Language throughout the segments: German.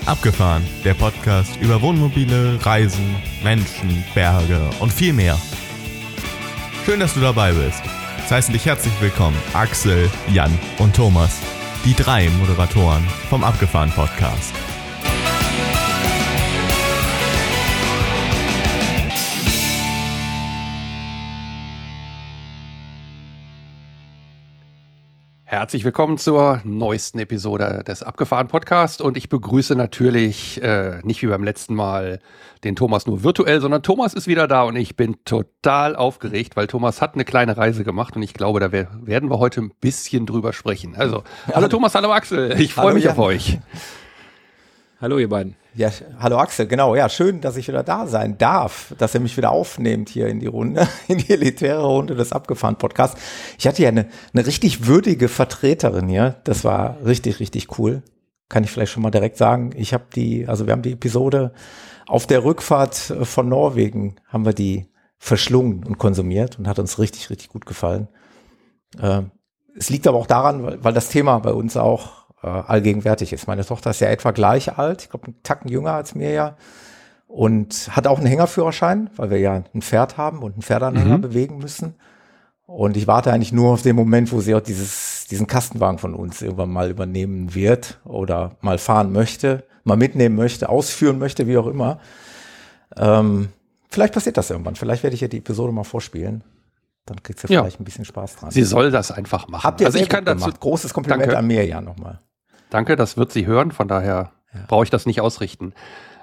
Abgefahren, der Podcast über Wohnmobile, Reisen, Menschen, Berge und viel mehr. Schön, dass du dabei bist. Es heißen dich herzlich willkommen Axel, Jan und Thomas, die 3 Moderatoren vom Abgefahren Podcast. Herzlich willkommen zur neuesten Episode des Abgefahren Podcast und ich begrüße natürlich nicht wie beim letzten Mal den Thomas nur virtuell, sondern Thomas ist wieder da und ich bin total aufgeregt, weil Thomas hat eine kleine Reise gemacht und ich glaube, da werden wir heute ein bisschen drüber sprechen. Also, hallo Thomas, hallo Axel, ich freue mich auf euch. Hallo ihr beiden. Ja, hallo Axel, genau. Ja, schön, dass ich wieder da sein darf, dass ihr mich wieder aufnehmt hier in die Runde, in die elitäre Runde des Abgefahren-Podcasts. Ich hatte ja eine richtig würdige Vertreterin hier. Das war richtig, richtig cool. Kann ich vielleicht schon mal direkt sagen. Wir haben die Episode auf der Rückfahrt von Norwegen, haben wir die verschlungen und konsumiert und hat uns richtig, richtig gut gefallen. Es liegt aber auch daran, weil das Thema bei uns auch allgegenwärtig ist. Meine Tochter ist ja etwa gleich alt, ich glaube einen Tacken jünger als mir ja, und hat auch einen Hängerführerschein, weil wir ja ein Pferd haben und einen Pferdeanhänger bewegen müssen. Und ich warte eigentlich nur auf den Moment, wo sie auch diesen Kastenwagen von uns irgendwann mal übernehmen wird oder mal fahren möchte, mal mitnehmen möchte, ausführen möchte, wie auch immer. Vielleicht passiert das irgendwann. Vielleicht werde ich ihr die Episode mal vorspielen. Dann kriegt sie vielleicht ein bisschen Spaß dran. Sie soll das einfach machen. Habt ihr also ich kann dazu großes Kompliment an mir ja nochmal. Danke, das wird sie hören, von daher brauche ich das nicht ausrichten.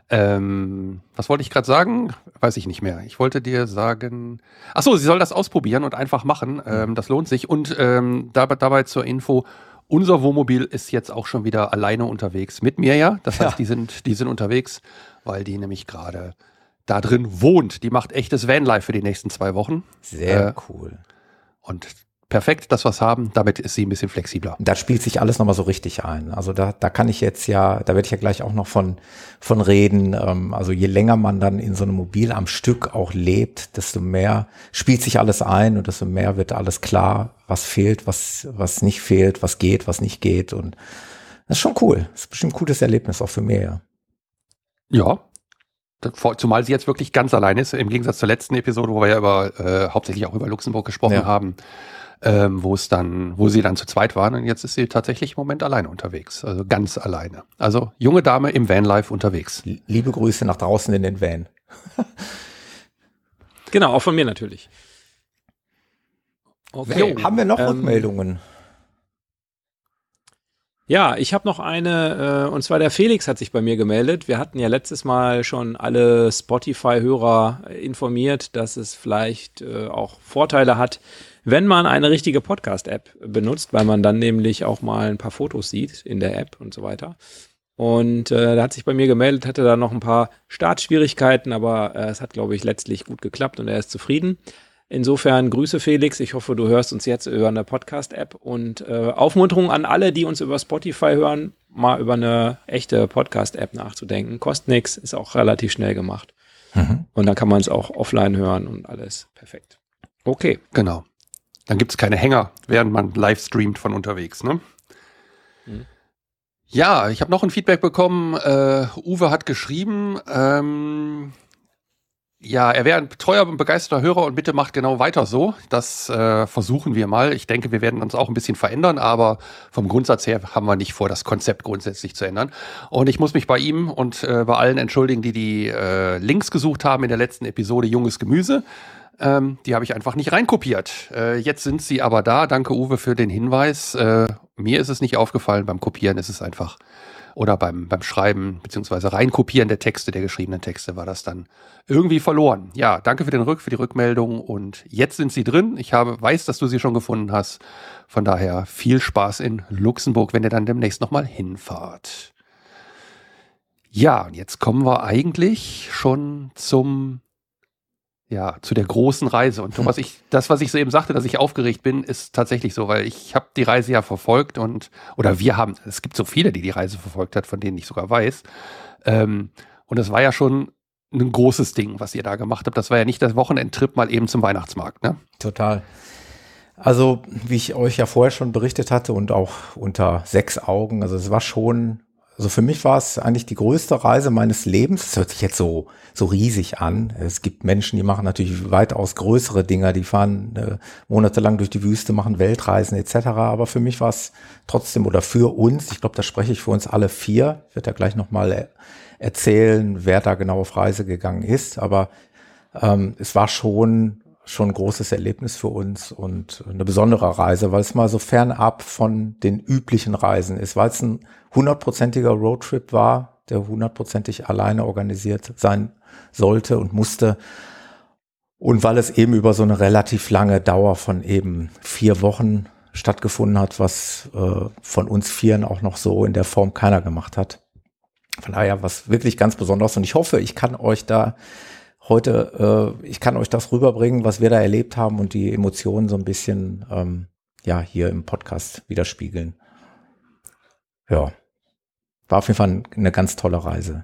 Was wollte ich gerade sagen? Weiß ich nicht mehr. Ich wollte dir sagen, achso, sie soll das ausprobieren und einfach machen. Das lohnt sich. Und dabei zur Info, unser Wohnmobil ist jetzt auch schon wieder alleine unterwegs mit mir, ja. Das heißt, die sind unterwegs, weil die nämlich gerade da drin wohnt. Die macht echtes Vanlife für die nächsten 2 Wochen. Sehr cool. Und perfekt, dass wir es haben. Damit ist sie ein bisschen flexibler. Da spielt sich alles nochmal so richtig ein. Also da kann ich jetzt da werde ich ja gleich auch noch von reden. Also je länger man dann in so einem Mobil am Stück auch lebt, desto mehr spielt sich alles ein und desto mehr wird alles klar, was fehlt, was nicht fehlt, was geht, was nicht geht. Und das ist schon cool. Das ist bestimmt ein gutes Erlebnis auch für mich. Ja. Zumal sie jetzt wirklich ganz allein ist, im Gegensatz zur letzten Episode, wo wir ja hauptsächlich auch über Luxemburg gesprochen haben, wo sie dann zu zweit waren und jetzt ist sie tatsächlich im Moment alleine unterwegs, also ganz alleine. Also junge Dame im Vanlife unterwegs. Liebe Grüße nach draußen in den Van. Genau, auch von mir natürlich. Okay. Haben wir noch Rückmeldungen? Ja, ich habe noch eine, und zwar der Felix hat sich bei mir gemeldet. Wir hatten ja letztes Mal schon alle Spotify-Hörer informiert, dass es vielleicht auch Vorteile hat, wenn man eine richtige Podcast-App benutzt, weil man dann nämlich auch mal ein paar Fotos sieht in der App und so weiter. Und da hat sich bei mir gemeldet, hatte da noch ein paar Startschwierigkeiten, aber es hat, glaube ich, letztlich gut geklappt und er ist zufrieden. Insofern Grüße Felix, ich hoffe, du hörst uns jetzt über eine Podcast-App und Aufmunterung an alle, die uns über Spotify hören, mal über eine echte Podcast-App nachzudenken. Kostet nichts, ist auch relativ schnell gemacht. Und dann kann man es auch offline hören und alles perfekt. Okay, genau. Dann gibt es keine Hänger, während man live streamt von unterwegs, ne? Ja, ich habe noch ein Feedback bekommen. Uwe hat geschrieben, ja, er wäre ein treuer und begeisterter Hörer und bitte macht genau weiter so. Das versuchen wir mal. Ich denke, wir werden uns auch ein bisschen verändern, aber vom Grundsatz her haben wir nicht vor, das Konzept grundsätzlich zu ändern. Und ich muss mich bei ihm und bei allen entschuldigen, die Links gesucht haben in der letzten Episode Junges Gemüse. Die habe ich einfach nicht reinkopiert. Jetzt sind sie aber da. Danke, Uwe, für den Hinweis. Mir ist es nicht aufgefallen. Beim Kopieren ist es einfach, oder beim Schreiben beziehungsweise Reinkopieren der Texte, der geschriebenen Texte, war das dann irgendwie verloren. Ja, danke für die Rückmeldung und jetzt sind sie drin. Ich weiß, dass du sie schon gefunden hast. Von daher viel Spaß in Luxemburg, wenn ihr dann demnächst nochmal hinfahrt. Ja, und jetzt kommen wir eigentlich schon zu der großen Reise. Und Thomas, was ich soeben sagte, dass ich aufgeregt bin, ist tatsächlich so, weil ich habe die Reise ja verfolgt es gibt so viele, die Reise verfolgt hat, von denen ich sogar weiß. Und es war ja schon ein großes Ding, was ihr da gemacht habt. Das war ja nicht der Wochenendtrip mal eben zum Weihnachtsmarkt, ne? Total. Also, wie ich euch ja vorher schon berichtet hatte und auch unter 6 Augen, also es war schon Also für mich war es eigentlich die größte Reise meines Lebens. Das hört sich jetzt so riesig an. Es gibt Menschen, die machen natürlich weitaus größere Dinge. Die fahren monatelang durch die Wüste, machen Weltreisen etc. Aber für mich war es trotzdem, oder für uns, ich glaube, da spreche ich für uns alle 4. Ich werde ja gleich nochmal erzählen, wer da genau auf Reise gegangen ist. Aber es war schon ein großes Erlebnis für uns und eine besondere Reise, weil es mal so fernab von den üblichen Reisen ist, weil es ein 100%iger Roadtrip war, der 100%ig alleine organisiert sein sollte und musste, und weil es eben über so eine relativ lange Dauer von eben 4 Wochen stattgefunden hat, was von uns 4 auch noch so in der Form keiner gemacht hat. Von daher was wirklich ganz Besonderes, und ich hoffe, ich kann euch da heute, ich kann euch das rüberbringen, was wir da erlebt haben, und die Emotionen so ein bisschen hier im Podcast widerspiegeln. Ja, war auf jeden Fall eine ganz tolle Reise.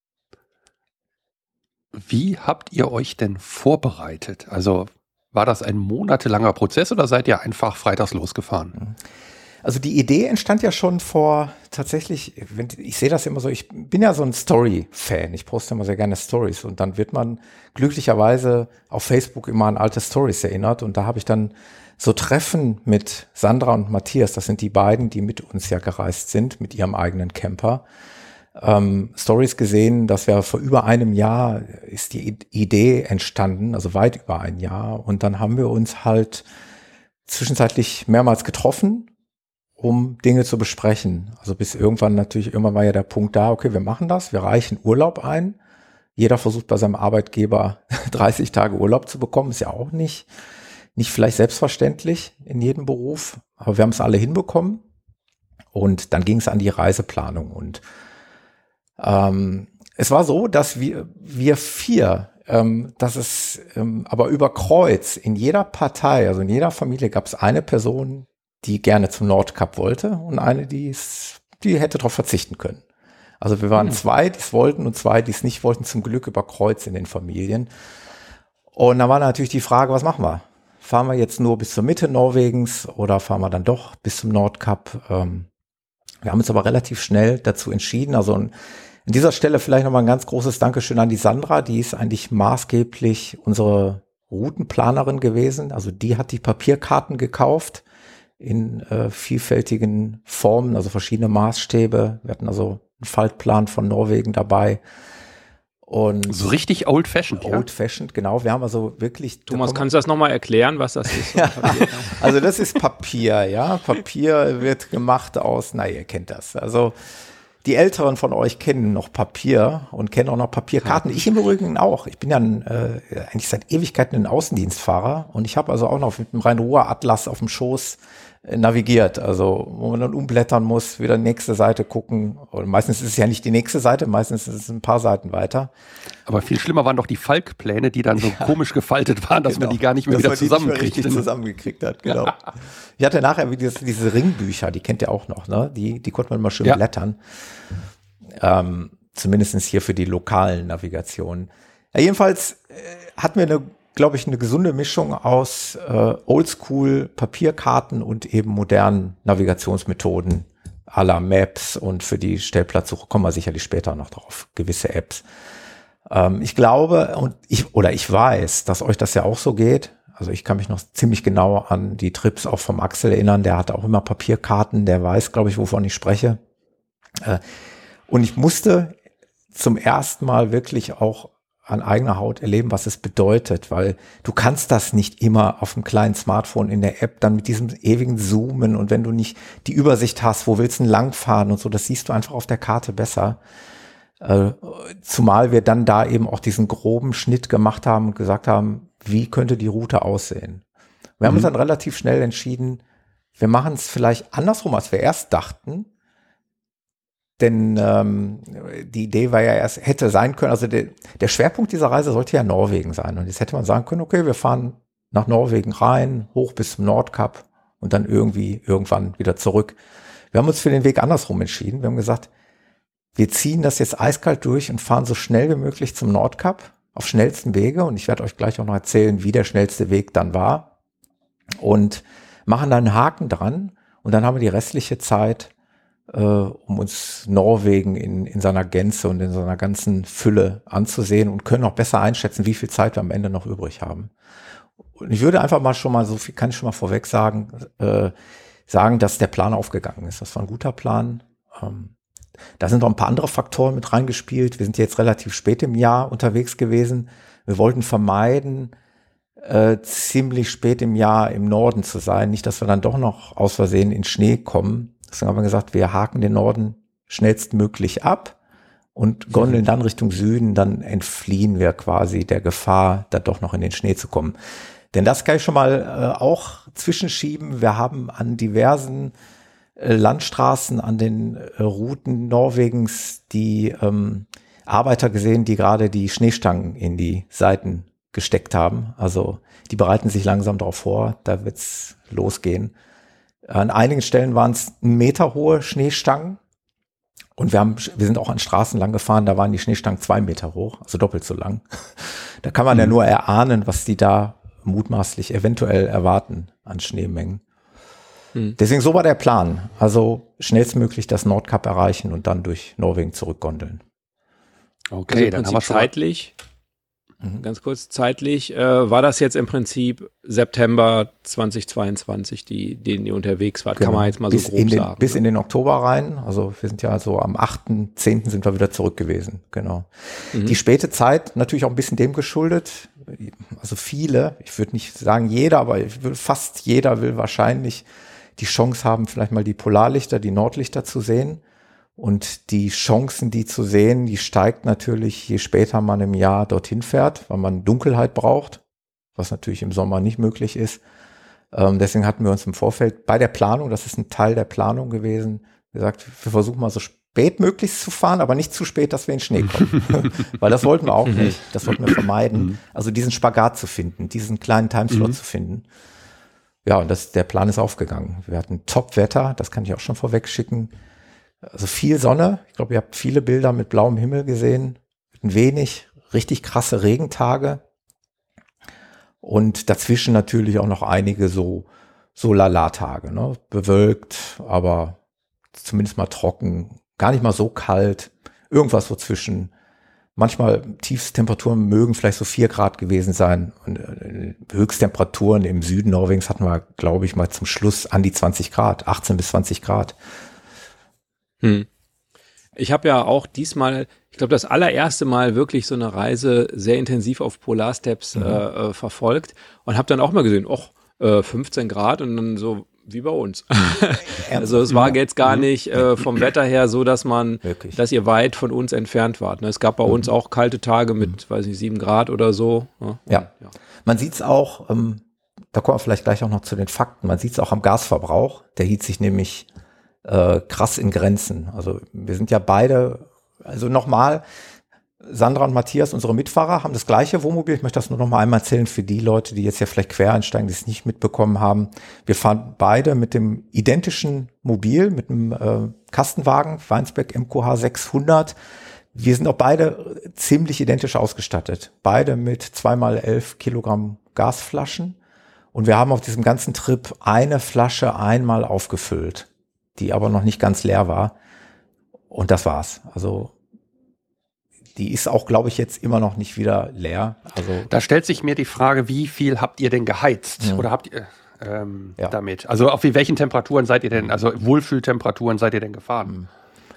Wie habt ihr euch denn vorbereitet? Also war das ein monatelanger Prozess oder seid ihr einfach freitags losgefahren? Also die Idee entstand ja schon vor, tatsächlich, ich sehe das immer so, ich bin ja so ein Story-Fan, ich poste immer sehr gerne Stories, und dann wird man glücklicherweise auf Facebook immer an alte Stories erinnert, und da habe ich dann so Treffen mit Sandra und Matthias, das sind die beiden, die mit uns ja gereist sind, mit ihrem eigenen Camper, Stories gesehen, dass wir vor über einem Jahr ist die Idee entstanden, also weit über ein Jahr, und dann haben wir uns halt zwischenzeitlich mehrmals getroffen, um Dinge zu besprechen. Also bis irgendwann war ja der Punkt da, okay, wir machen das, wir reichen Urlaub ein. Jeder versucht bei seinem Arbeitgeber 30 Tage Urlaub zu bekommen, ist ja auch nicht vielleicht selbstverständlich in jedem Beruf, aber wir haben es alle hinbekommen, und dann ging es an die Reiseplanung, und es war so, dass wir 4, dass es aber über Kreuz in jeder Partei, also in jeder Familie gab es eine Person, die gerne zum Nordkap wollte, und eine, die hätte darauf verzichten können. Also wir waren 2, die es wollten, und 2, die es nicht wollten, zum Glück über Kreuz in den Familien. Und da war natürlich die Frage, was machen wir? Fahren wir jetzt nur bis zur Mitte Norwegens oder fahren wir dann doch bis zum Nordkap? Wir haben uns aber relativ schnell dazu entschieden. Also an dieser Stelle vielleicht nochmal ein ganz großes Dankeschön an die Sandra, die ist eigentlich maßgeblich unsere Routenplanerin gewesen. Also die hat die Papierkarten gekauft in vielfältigen Formen, also verschiedene Maßstäbe. Wir hatten also einen Faltplan von Norwegen dabei. Und so richtig old-fashioned, ja? Old-fashioned, genau. Wir haben also wirklich... Thomas, kannst du das nochmal erklären, was das ist? Ja, also das ist Papier, ja. Papier wird gemacht aus, ihr kennt das. Also die Älteren von euch kennen noch Papier und kennen auch noch Papierkarten. Ich im Übrigen auch. Ich bin ja eigentlich seit Ewigkeiten ein Außendienstfahrer, und ich habe also auch noch mit dem Rhein-Ruhr-Atlas auf dem Schoß navigiert, also wo man dann umblättern muss, wieder nächste Seite gucken. Und meistens ist es ja nicht die nächste Seite, meistens ist es ein paar Seiten weiter. Aber viel schlimmer waren doch die Falkpläne, die dann so komisch gefaltet waren, dass man die gar nicht mehr wieder zusammengekriegt hat. Genau. Ich hatte nachher diese Ringbücher, die kennt ihr auch noch, ne? Die konnte man mal schön blättern. Zumindest hier für die lokalen Navigationen. Ja, jedenfalls hatten wir glaube ich, eine gesunde Mischung aus Oldschool Papierkarten und eben modernen Navigationsmethoden à la Maps, und für die Stellplatzsuche kommen wir sicherlich später noch drauf, gewisse Apps. Ich glaube ich weiß, dass euch das ja auch so geht. Also ich kann mich noch ziemlich genau an die Trips auch vom Axel erinnern, der hatte auch immer Papierkarten, der weiß, glaube ich, wovon ich spreche. Und ich musste zum ersten Mal wirklich auch an eigener Haut erleben, was es bedeutet, weil du kannst das nicht immer auf einem kleinen Smartphone in der App dann mit diesem ewigen Zoomen, und wenn du nicht die Übersicht hast, wo willst du denn langfahren und so, das siehst du einfach auf der Karte besser. Zumal wir dann da eben auch diesen groben Schnitt gemacht haben und gesagt haben, wie könnte die Route aussehen? Wir haben uns dann relativ schnell entschieden, wir machen es vielleicht andersrum, als wir erst dachten. Denn die Idee war ja hätte sein können, also der Schwerpunkt dieser Reise sollte ja Norwegen sein. Und jetzt hätte man sagen können, okay, wir fahren nach Norwegen rein, hoch bis zum Nordkap und dann irgendwann wieder zurück. Wir haben uns für den Weg andersrum entschieden. Wir haben gesagt, wir ziehen das jetzt eiskalt durch und fahren so schnell wie möglich zum Nordkap auf schnellsten Wege. Und ich werde euch gleich auch noch erzählen, wie der schnellste Weg dann war. Und machen dann einen Haken dran. Und dann haben wir die restliche Zeit um uns Norwegen in seiner Gänze und in seiner ganzen Fülle anzusehen und können auch besser einschätzen, wie viel Zeit wir am Ende noch übrig haben. Und ich würde einfach mal schon mal, so viel kann ich schon mal vorweg sagen, dass der Plan aufgegangen ist. Das war ein guter Plan. Da sind noch ein paar andere Faktoren mit reingespielt. Wir sind jetzt relativ spät im Jahr unterwegs gewesen. Wir wollten vermeiden, ziemlich spät im Jahr im Norden zu sein. Nicht, dass wir dann doch noch aus Versehen in Schnee kommen. Deswegen haben wir gesagt, wir haken den Norden schnellstmöglich ab und gondeln dann Richtung Süden. Dann entfliehen wir quasi der Gefahr, da doch noch in den Schnee zu kommen. Denn das kann ich schon mal auch zwischenschieben. Wir haben an diversen Landstraßen, an den Routen Norwegens die Arbeiter gesehen, die gerade die Schneestangen in die Seiten gesteckt haben. Also die bereiten sich langsam darauf vor, da wird's losgehen. An einigen Stellen waren es 1 Meter hohe Schneestangen und wir sind auch an Straßen lang gefahren, da waren die Schneestangen 2 Meter hoch, also doppelt so lang. Da kann man ja nur erahnen, was die da mutmaßlich eventuell erwarten an Schneemengen. Deswegen so war der Plan, also schnellstmöglich das Nordkap erreichen und dann durch Norwegen zurückgondeln. Okay, also dann haben wir zeitlich. Ganz kurz, zeitlich war das jetzt im Prinzip September 2022, den ihr unterwegs wart, genau. Kann man jetzt mal so grob sagen. Bis in den Oktober rein, also wir sind ja so am 8.10. sind wir wieder zurück gewesen, genau. Die späte Zeit natürlich auch ein bisschen dem geschuldet, also viele, ich würde nicht sagen jeder, aber fast jeder will wahrscheinlich die Chance haben, vielleicht mal die Polarlichter, die Nordlichter zu sehen. Und die Chancen, die zu sehen, die steigt natürlich, je später man im Jahr dorthin fährt, weil man Dunkelheit braucht, was natürlich im Sommer nicht möglich ist. Deswegen hatten wir uns im Vorfeld bei der Planung, das ist ein Teil der Planung gewesen, gesagt, wir versuchen mal so spät möglichst zu fahren, aber nicht zu spät, dass wir in Schnee kommen. Weil das wollten wir auch nicht, das wollten wir vermeiden. Also diesen Spagat zu finden, diesen kleinen Timeslot zu finden. Ja, und der Plan ist aufgegangen. Wir hatten Top-Wetter, das kann ich auch schon vorweg schicken. Also viel Sonne. Ich glaube, ihr habt viele Bilder mit blauem Himmel gesehen. Ein wenig richtig krasse Regentage. Und dazwischen natürlich auch noch einige so Lala-Tage, ne? Bewölkt, aber zumindest mal trocken. Gar nicht mal so kalt. Irgendwas so zwischen. Manchmal Tiefstemperaturen mögen vielleicht so 4 Grad gewesen sein. Und Höchsttemperaturen im Süden Norwegens hatten wir, glaube ich, mal zum Schluss an die 20 Grad. 18 bis 20 Grad. Ich habe ja auch diesmal, ich glaube, das allererste Mal wirklich so eine Reise sehr intensiv auf Polarsteps verfolgt und habe dann auch mal gesehen, 15 Grad und dann so wie bei uns. Also es war jetzt gar nicht vom Wetter her so, dass ihr weit von uns entfernt wart. Es gab bei uns auch kalte Tage mit, 7 Grad oder so. Ja. Man sieht es auch, da kommen wir vielleicht gleich auch noch zu den Fakten, man sieht es auch am Gasverbrauch, der hielt sich nämlich krass in Grenzen. Also wir sind ja beide, also nochmal, Sandra und Matthias, unsere Mitfahrer, haben das gleiche Wohnmobil. Ich möchte das nur noch mal einmal erzählen für die Leute, die jetzt ja vielleicht quer einsteigen, die es nicht mitbekommen haben. Wir fahren beide mit dem identischen Mobil, mit einem Kastenwagen, Weinsberg MQH 600. Wir sind auch beide ziemlich identisch ausgestattet. Beide mit 2x11 Kilogramm Gasflaschen. Und wir haben auf diesem ganzen Trip eine Flasche einmal aufgefüllt, die aber noch nicht ganz leer war. Und das war's. Also die ist auch, glaube ich, jetzt immer noch nicht wieder leer. Also da stellt sich mir die Frage, wie viel habt ihr denn geheizt? Oder habt ihr damit? Also auf welchen Temperaturen seid ihr denn, also Wohlfühltemperaturen seid ihr denn gefahren?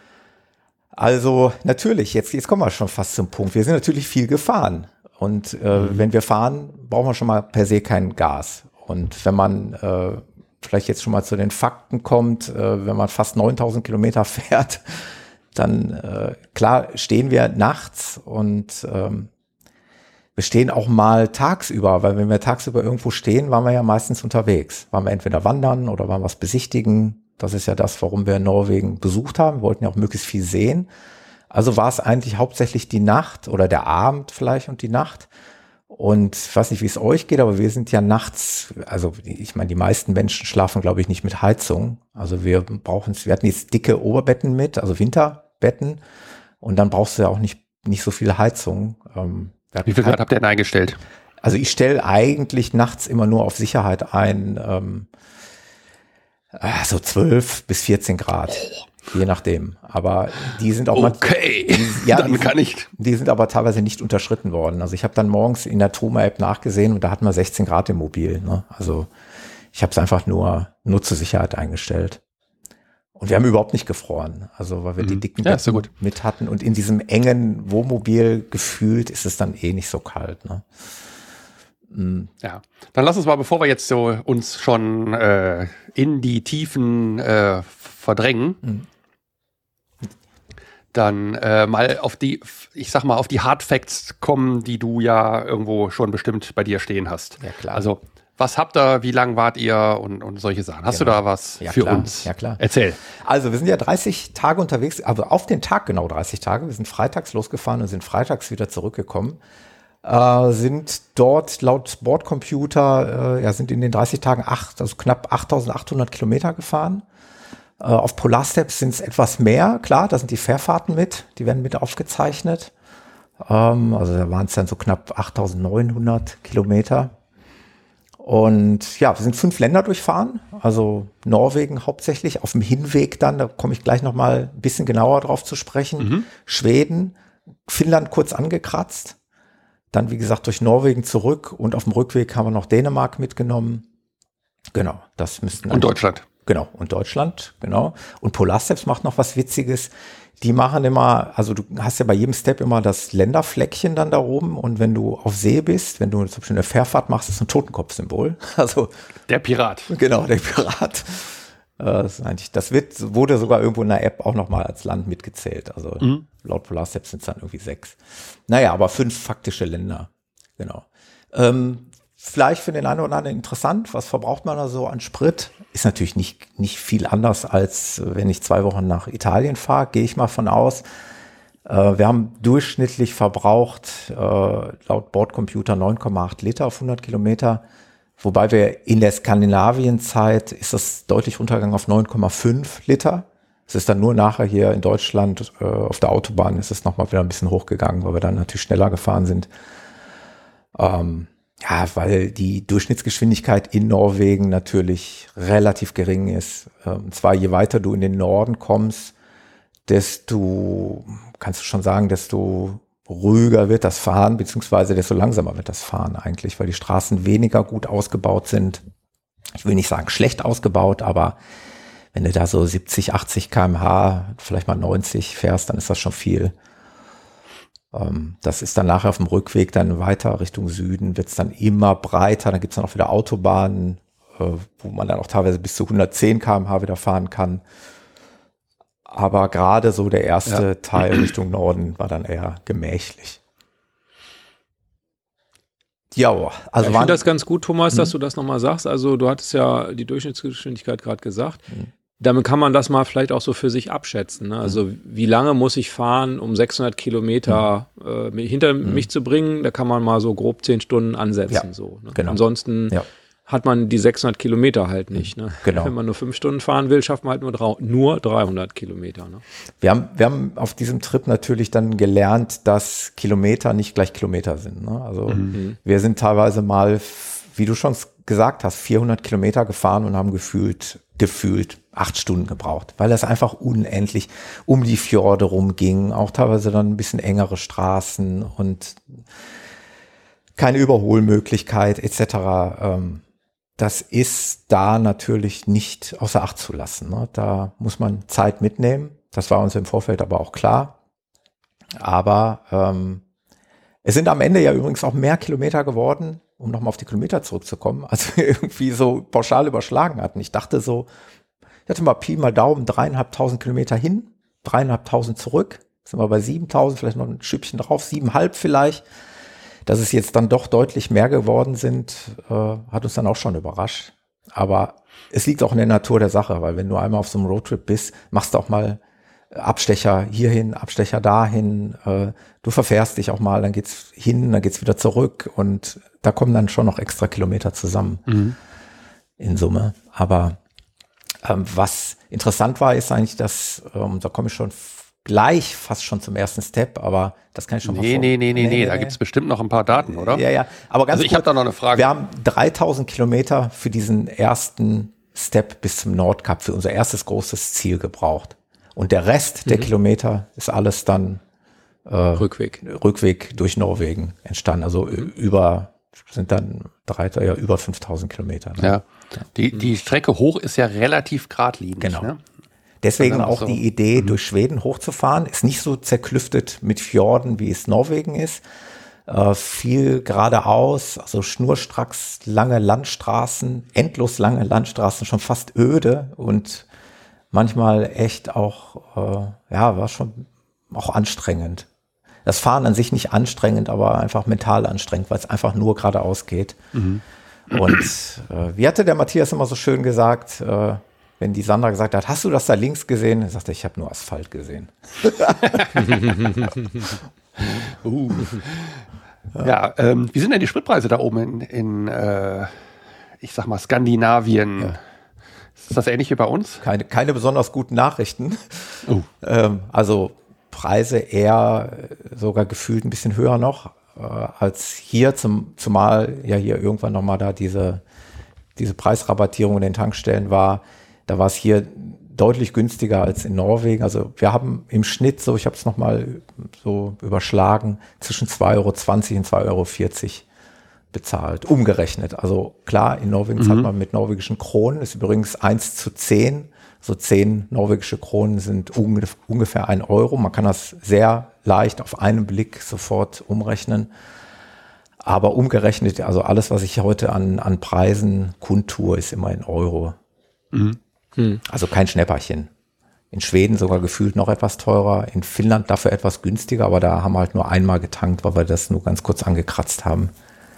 Also natürlich, jetzt kommen wir schon fast zum Punkt. Wir sind natürlich viel gefahren. Und wenn wir fahren, brauchen wir schon mal per se kein Gas. Und wenn man vielleicht jetzt schon mal zu den Fakten kommt, wenn man fast 9.000 Kilometer fährt, dann klar stehen wir nachts und wir stehen auch mal tagsüber, weil wenn wir tagsüber irgendwo stehen, waren wir ja meistens unterwegs. Waren wir entweder wandern oder waren was besichtigen. Das ist ja das, warum wir Norwegen besucht haben. Wir wollten ja auch möglichst viel sehen. Also war es eigentlich hauptsächlich die Nacht oder der Abend vielleicht und die Nacht. Und ich weiß nicht, wie es euch geht, aber wir sind ja nachts, also ich meine, die meisten Menschen schlafen, glaube ich, nicht mit Heizung. Also wir hatten jetzt dicke Oberbetten mit, also Winterbetten. Und dann brauchst du ja auch nicht so viel Heizung. Wie viel Grad habt ihr denn eingestellt? Also ich stelle eigentlich nachts immer nur auf Sicherheit ein, so 12 bis 14 Grad. Je nachdem. Aber die sind auch dann kann ich. Die sind aber teilweise nicht unterschritten worden. Also ich habe dann morgens in der Truma-App nachgesehen und da hatten wir 16 Grad im Mobil. Ne? Also ich habe es einfach nur zur Sicherheit eingestellt. Und wir haben überhaupt nicht gefroren. Also weil wir die dicken Decken mit hatten. Und in diesem engen Wohnmobil gefühlt ist es dann nicht so kalt. Ne? Ja, dann lass uns mal, bevor wir jetzt so uns schon in die Tiefen verdrängen, dann mal auf die Hard Facts kommen, die du ja irgendwo schon bestimmt bei dir stehen hast. Ja, klar. Also, was habt ihr, wie lang wart ihr und solche Sachen? Hast du da was für uns? Ja, klar. Erzähl. Also, wir sind ja 30 Tage unterwegs, aber auf den Tag genau 30 Tage. Wir sind freitags losgefahren und sind freitags wieder zurückgekommen. Sind dort laut Bordcomputer, sind in den 30 Tagen knapp 8.800 Kilometer gefahren. Auf Polarsteps sind es etwas mehr, klar, da sind die Fährfahrten mit, die werden mit aufgezeichnet. Also da waren es dann so knapp 8.900 Kilometer. Und ja, wir sind 5 Länder durchfahren, also Norwegen hauptsächlich, auf dem Hinweg dann, da komme ich gleich nochmal ein bisschen genauer drauf zu sprechen. Schweden, Finnland kurz angekratzt. Dann, wie gesagt, durch Norwegen zurück und auf dem Rückweg haben wir noch Dänemark mitgenommen. Genau, das müssten. Und Deutschland. Genau, und Deutschland, genau. Und Polarsteps macht noch was Witziges. Die machen immer, also du hast ja bei jedem Step immer das Länderfleckchen dann da oben und wenn du auf See bist, wenn du zum Beispiel eine Fährfahrt machst, ist ein Totenkopfsymbol. Also der Pirat. Genau, der Pirat. Wurde sogar irgendwo in der App auch nochmal als Land mitgezählt. Also laut Polarsteps sind es dann irgendwie 6. Naja, aber 5 faktische Länder. Genau. Vielleicht für den einen oder anderen interessant, was verbraucht man da so an Sprit? Ist natürlich nicht viel anders, als wenn ich 2 Wochen nach Italien fahre, gehe ich mal von aus. Wir haben durchschnittlich verbraucht, laut Bordcomputer 9,8 Liter auf 100 Kilometer. Wobei wir in der Skandinavienzeit ist das deutlich runtergegangen auf 9,5 Liter. Es ist dann nur nachher hier in Deutschland auf der Autobahn ist es nochmal wieder ein bisschen hochgegangen, weil wir dann natürlich schneller gefahren sind. Weil die Durchschnittsgeschwindigkeit in Norwegen natürlich relativ gering ist. Und zwar je weiter du in den Norden kommst, desto ruhiger wird das Fahren, beziehungsweise desto langsamer wird das Fahren eigentlich, weil die Straßen weniger gut ausgebaut sind. Ich will nicht sagen schlecht ausgebaut, aber wenn du da so 70, 80 km/h, vielleicht mal 90 fährst, dann ist das schon viel. Das ist dann nachher auf dem Rückweg dann weiter Richtung Süden, wird es dann immer breiter, dann gibt es dann auch wieder Autobahnen, wo man dann auch teilweise bis zu 110 km/h wieder fahren kann. Aber gerade so der erste Teil Richtung Norden war dann eher gemächlich. Ja, also ich finde das ganz gut, Thomas, dass du das nochmal sagst. Also du hattest ja die Durchschnittsgeschwindigkeit gerade gesagt. Damit kann man das mal vielleicht auch so für sich abschätzen. Ne? Also wie lange muss ich fahren, um 600 Kilometer hinter mich zu bringen? Da kann man mal so grob 10 Stunden ansetzen. Genau. Ansonsten hat man die 600 Kilometer halt nicht. Ne? Genau. Wenn man nur 5 Stunden fahren will, schafft man halt nur 300 Kilometer. Ne? Wir haben auf diesem Trip natürlich dann gelernt, dass Kilometer nicht gleich Kilometer sind. Ne? Also wir sind teilweise mal, wie du schon gesagt hast, 400 Kilometer gefahren und haben gefühlt 8 Stunden gebraucht, weil das einfach unendlich um die Fjorde rumging, auch teilweise dann ein bisschen engere Straßen und keine Überholmöglichkeit etc. Das ist da natürlich nicht außer Acht zu lassen. Ne? Da muss man Zeit mitnehmen. Das war uns im Vorfeld aber auch klar. Aber es sind am Ende ja übrigens auch mehr Kilometer geworden, um nochmal auf die Kilometer zurückzukommen, als wir irgendwie so pauschal überschlagen hatten. Ich dachte so, ich hatte mal Pi mal Daumen 3.500 Kilometer hin, 3.500 zurück. Sind wir bei 7.000, vielleicht noch ein Stückchen drauf, 7,5 vielleicht. Dass es jetzt dann doch deutlich mehr geworden sind, hat uns dann auch schon überrascht. Aber es liegt auch in der Natur der Sache, weil wenn du einmal auf so einem Roadtrip bist, machst du auch mal Abstecher hierhin, Abstecher dahin. Du verfährst dich auch mal, dann geht's hin, dann geht's wieder zurück und da kommen dann schon noch extra Kilometer zusammen in Summe. Aber was interessant war, ist eigentlich, dass, da komme ich schon gleich fast schon zum ersten Step, aber das kann ich schon mal Nee, da gibt es bestimmt noch ein paar Daten, oder? Ja, aber ganz ich habe da noch eine Frage. Wir haben 3.000 Kilometer für diesen ersten Step bis zum Nordkap, für unser erstes großes Ziel gebraucht. Und der Rest der Kilometer ist alles dann Rückweg durch Norwegen entstanden. Also sind dann über 5000 Kilometer. Ne? Ja. Die Strecke hoch ist ja relativ geradlinig. Genau. Ne? Deswegen auch die Idee, durch Schweden hochzufahren, ist nicht so zerklüftet mit Fjorden, wie es Norwegen ist. Viel geradeaus, also schnurstracks lange Landstraßen, endlos lange Landstraßen, schon fast öde und manchmal echt auch, war schon auch anstrengend. Das Fahren an sich nicht anstrengend, aber einfach mental anstrengend, weil es einfach nur geradeaus geht. Und wie hatte der Matthias immer so schön gesagt, wenn die Sandra gesagt hat, hast du das da links gesehen? Er sagte, ich habe nur Asphalt gesehen. Ja, wie sind denn die Spritpreise da oben in ich sag mal, Skandinavien? Ja. Ist das ähnlich wie bei uns? Keine besonders guten Nachrichten. Also Preise eher sogar gefühlt ein bisschen höher noch als hier, zumal ja hier irgendwann nochmal da diese Preisrabattierung in den Tankstellen war. Da war es hier deutlich günstiger als in Norwegen. Also wir haben im Schnitt ich habe es nochmal so überschlagen, zwischen 2,20 Euro und 2,40 Euro bezahlt, umgerechnet. Also klar, in Norwegen zahlt man mit norwegischen Kronen, ist übrigens 1:10. So 10 norwegische Kronen sind ungefähr 1 Euro. Man kann das sehr leicht auf einen Blick sofort umrechnen. Aber umgerechnet, also alles, was ich heute an Preisen kundtue, ist immer in Euro. Also kein Schnäpperchen. In Schweden sogar gefühlt noch etwas teurer, in Finnland dafür etwas günstiger, aber da haben wir halt nur einmal getankt, weil wir das nur ganz kurz angekratzt haben.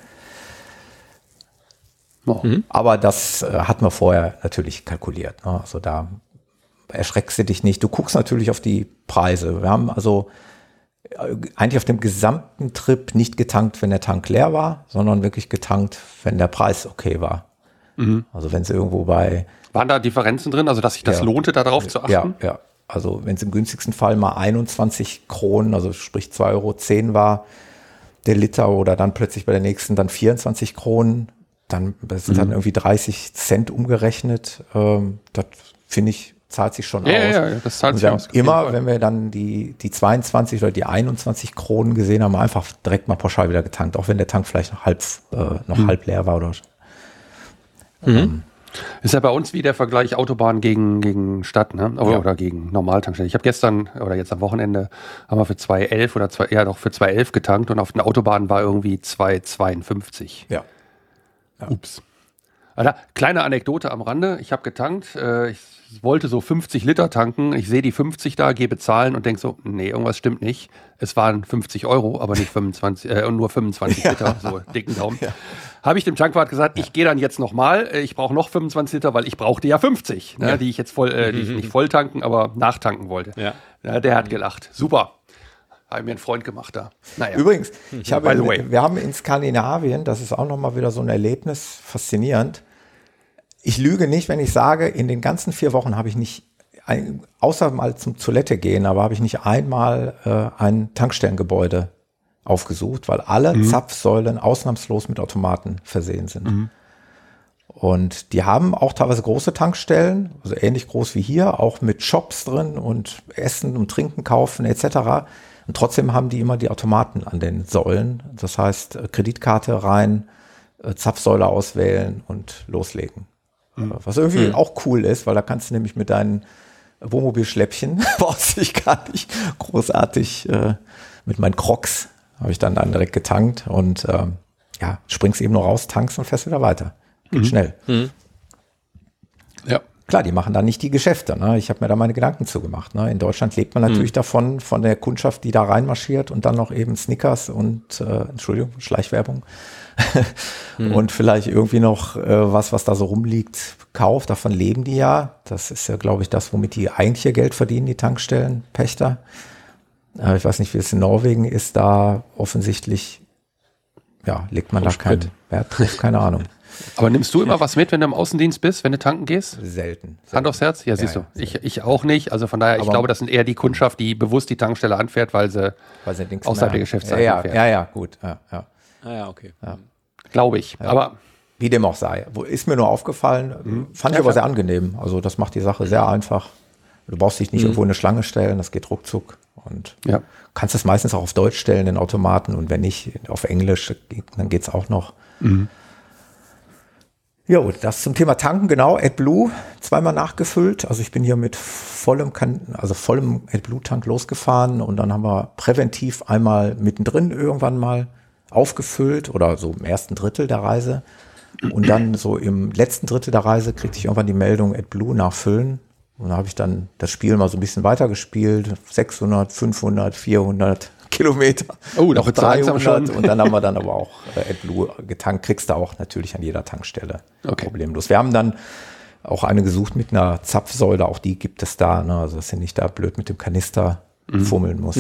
Aber das hatten wir vorher natürlich kalkuliert. Ne? Also da erschreckst du dich nicht. Du guckst natürlich auf die Preise. Wir haben also eigentlich auf dem gesamten Trip nicht getankt, wenn der Tank leer war, sondern wirklich getankt, wenn der Preis okay war. Also wenn es irgendwo Waren da Differenzen drin, also dass sich das lohnte, darauf zu achten? Ja. Also wenn es im günstigsten Fall mal 21 Kronen, also sprich 2,10 Euro war, der Liter, oder dann plötzlich bei der nächsten dann 24 Kronen, dann sind dann irgendwie 30 Cent umgerechnet. Das finde ich, zahlt sich schon aus. Ja, das zahlt sich aus. Immer, wenn wir dann die 22 oder die 21 Kronen gesehen haben, einfach direkt mal pauschal wieder getankt, auch wenn der Tank vielleicht noch halb leer war oder Ist ja bei uns wie der Vergleich Autobahn gegen Stadt, ne? Oder gegen Normaltankstellen. Ich habe gestern oder jetzt am Wochenende haben wir für 2,11 für 2,11 getankt und auf den Autobahnen war irgendwie 2,52. Ja. Ups. Alter, kleine Anekdote am Rande. Ich habe getankt. Ich wollte so 50 Liter tanken. Ich sehe die 50 da, gehe bezahlen und denke so, nee, irgendwas stimmt nicht. Es waren 50 Euro, aber nicht 25, nur 25 Liter, so dicken Daumen. Ja. Habe ich dem Tankwart gesagt, ich gehe dann jetzt nochmal. Ich brauche noch 25 Liter, weil ich brauchte ja 50, ne, die ich jetzt die ich nicht voll tanken, aber nachtanken wollte. Ja, der hat gelacht. Super. Habe mir einen Freund gemacht da. Naja. Übrigens, wir haben in Skandinavien, das ist auch nochmal wieder so ein Erlebnis, faszinierend. Ich lüge nicht, wenn ich sage, in den ganzen 4 Wochen habe ich nicht, außer mal zum Toilette gehen, aber habe ich nicht einmal ein Tankstellengebäude aufgesucht, weil alle Zapfsäulen ausnahmslos mit Automaten versehen sind. Und die haben auch teilweise große Tankstellen, also ähnlich groß wie hier, auch mit Shops drin und Essen und Trinken kaufen etc. Und trotzdem haben die immer die Automaten an den Säulen. Das heißt, Kreditkarte rein, Zapfsäule auswählen und loslegen. Was irgendwie auch cool ist, weil da kannst du nämlich mit deinen Wohnmobilschläppchen, brauchst dich gar nicht großartig, mit meinen Crocs habe ich dann direkt getankt und springst eben nur raus, tankst und fährst wieder weiter. Geht schnell. Ja. Klar, die machen da nicht die Geschäfte. Ne? Ich habe mir da meine Gedanken zugemacht. Ne? In Deutschland lebt man natürlich davon, von der Kundschaft, die da reinmarschiert und dann noch eben Snickers und, Schleichwerbung und vielleicht irgendwie noch was da so rumliegt, kauft. Davon leben die ja. Das ist ja, glaube ich, das, womit die eigentlich ihr Geld verdienen, die Tankstellenpächter. Ich weiß nicht, wie es in Norwegen ist. Da offensichtlich, legt man da keinen Wert drauf, keine Ahnung. Aber nimmst du immer was mit, wenn du im Außendienst bist, wenn du tanken gehst? Selten. Hand aufs Herz? Ja, siehst du. Ich auch nicht. Also von daher, ich glaube, das sind eher die Kundschaft, die bewusst die Tankstelle anfährt, weil sie außerhalb der Geschäftszeit fährt. Ja, gut. Ja, okay. Ja. Glaube ich. Ja. Aber wie dem auch sei. Ist mir nur aufgefallen, fand ich aber sehr angenehm. Also das macht die Sache sehr einfach. Du brauchst dich nicht irgendwo in eine Schlange stellen, das geht ruckzuck. Und kannst es meistens auch auf Deutsch stellen, den Automaten. Und wenn nicht, auf Englisch, dann geht's auch noch. Ja, das zum Thema Tanken, genau. AdBlue, zweimal nachgefüllt. Also ich bin hier mit vollem AdBlue-Tank losgefahren und dann haben wir präventiv einmal mittendrin irgendwann mal aufgefüllt oder so im ersten Drittel der Reise. Und dann so im letzten Drittel der Reise kriegte ich irgendwann die Meldung AdBlue nachfüllen. Und da habe ich dann das Spiel mal so ein bisschen weitergespielt. 600, 500, 400 Kilometer. Oh, noch 300 und dann haben wir dann aber auch AdBlue getankt. Kriegst du auch natürlich an jeder Tankstelle. Okay. Problemlos. Wir haben dann auch eine gesucht mit einer Zapfsäule. Auch die gibt es da. Ne? Also dass du nicht da blöd mit dem Kanister fummeln musst.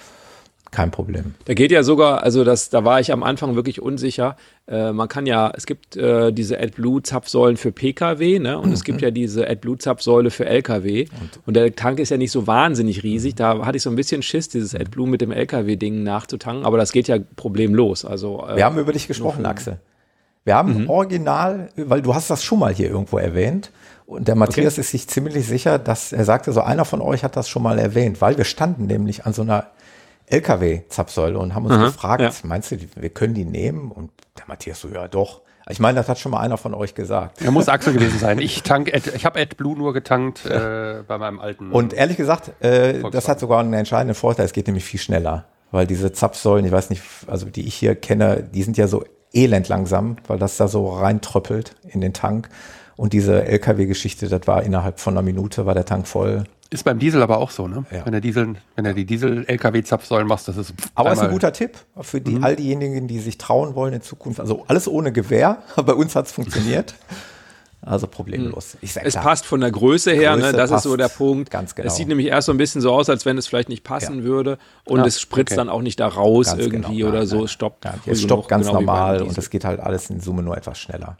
Kein Problem. Da geht ja sogar, also da war ich am Anfang wirklich unsicher. Man kann ja, es gibt diese AdBlue-Zapfsäulen für PKW, ne? Und es gibt ja diese AdBlue-Zapfsäule für LKW. Und der Tank ist ja nicht so wahnsinnig riesig. Da hatte ich so ein bisschen Schiss, dieses AdBlue mit dem LKW-Ding nachzutanken. Aber das geht ja problemlos. Also, wir haben über dich gesprochen, Axel. Wir haben original, weil du hast das schon mal hier irgendwo erwähnt. Und der Matthias ist sich ziemlich sicher, dass er sagte, so einer von euch hat das schon mal erwähnt. Weil wir standen nämlich an so einer LKW-Zapfsäule und haben uns gefragt, meinst du, wir können die nehmen? Und der Matthias so, ja doch. Ich meine, das hat schon mal einer von euch gesagt. Ja, muss Axel gewesen sein. Ich habe AdBlue nur getankt bei meinem alten. Und ehrlich gesagt, das hat sogar einen entscheidenden Vorteil. Es geht nämlich viel schneller. Weil diese Zapfsäulen, ich weiß nicht, also die ich hier kenne, die sind ja so elend langsam, weil das da so reintröppelt in den Tank. Und diese LKW-Geschichte, das war innerhalb von einer Minute, war der Tank voll. Ist beim Diesel aber auch so, ne? Ja. Wenn du die Diesel-LKW-Zapfsäulen machst, das ist. Aber ist ein guter Tipp für all diejenigen, die sich trauen wollen in Zukunft. Also alles ohne Gewehr. Bei uns hat es funktioniert. Also problemlos. Es passt von der Größe her, ne? Das ist so der Punkt. Ganz genau. Es sieht nämlich erst so ein bisschen so aus, als wenn es vielleicht nicht passen würde. Und es spritzt dann auch nicht da raus ganz irgendwie genau. oder so. Nein. Es stoppt. Ja, es stoppt ganz genau normal und es geht halt alles in Summe nur etwas schneller.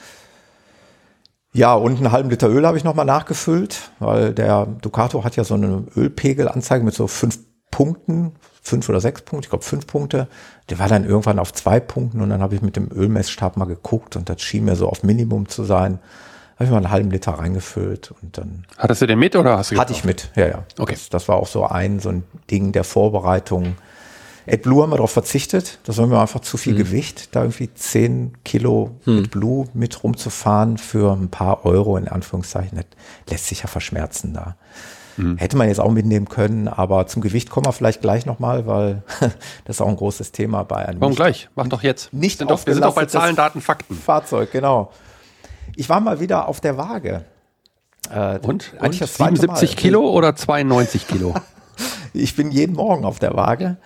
Ja, und einen halben Liter Öl habe ich nochmal nachgefüllt, weil der Ducato hat ja so eine Ölpegelanzeige mit so 5 Punkten, 5 oder 6 Punkte, ich glaube 5 Punkte. Der war dann irgendwann auf 2 Punkten und dann habe ich mit dem Ölmessstab mal geguckt und das schien mir so auf Minimum zu sein. Habe ich mal einen halben Liter reingefüllt und dann. Hattest du den mit oder hast du Hatte ich mit, ja. Okay. Das war auch so ein Ding der Vorbereitung. AdBlue haben wir darauf verzichtet. Das war mir einfach zu viel Gewicht, da irgendwie 10 Kilo AdBlue mit rumzufahren für ein paar Euro, in Anführungszeichen. Das lässt sich ja verschmerzen da. Hätte man jetzt auch mitnehmen können, aber zum Gewicht kommen wir vielleicht gleich nochmal, weil das ist auch ein großes Thema bei einem. Warum gleich? Mach doch jetzt. Wir sind doch bei Zahlen, Daten, Fakten. Fahrzeug, genau. Ich war mal wieder auf der Waage. Und eigentlich das zweite 77 Mal. Kilo oder 92 Kilo? Ich bin jeden Morgen auf der Waage.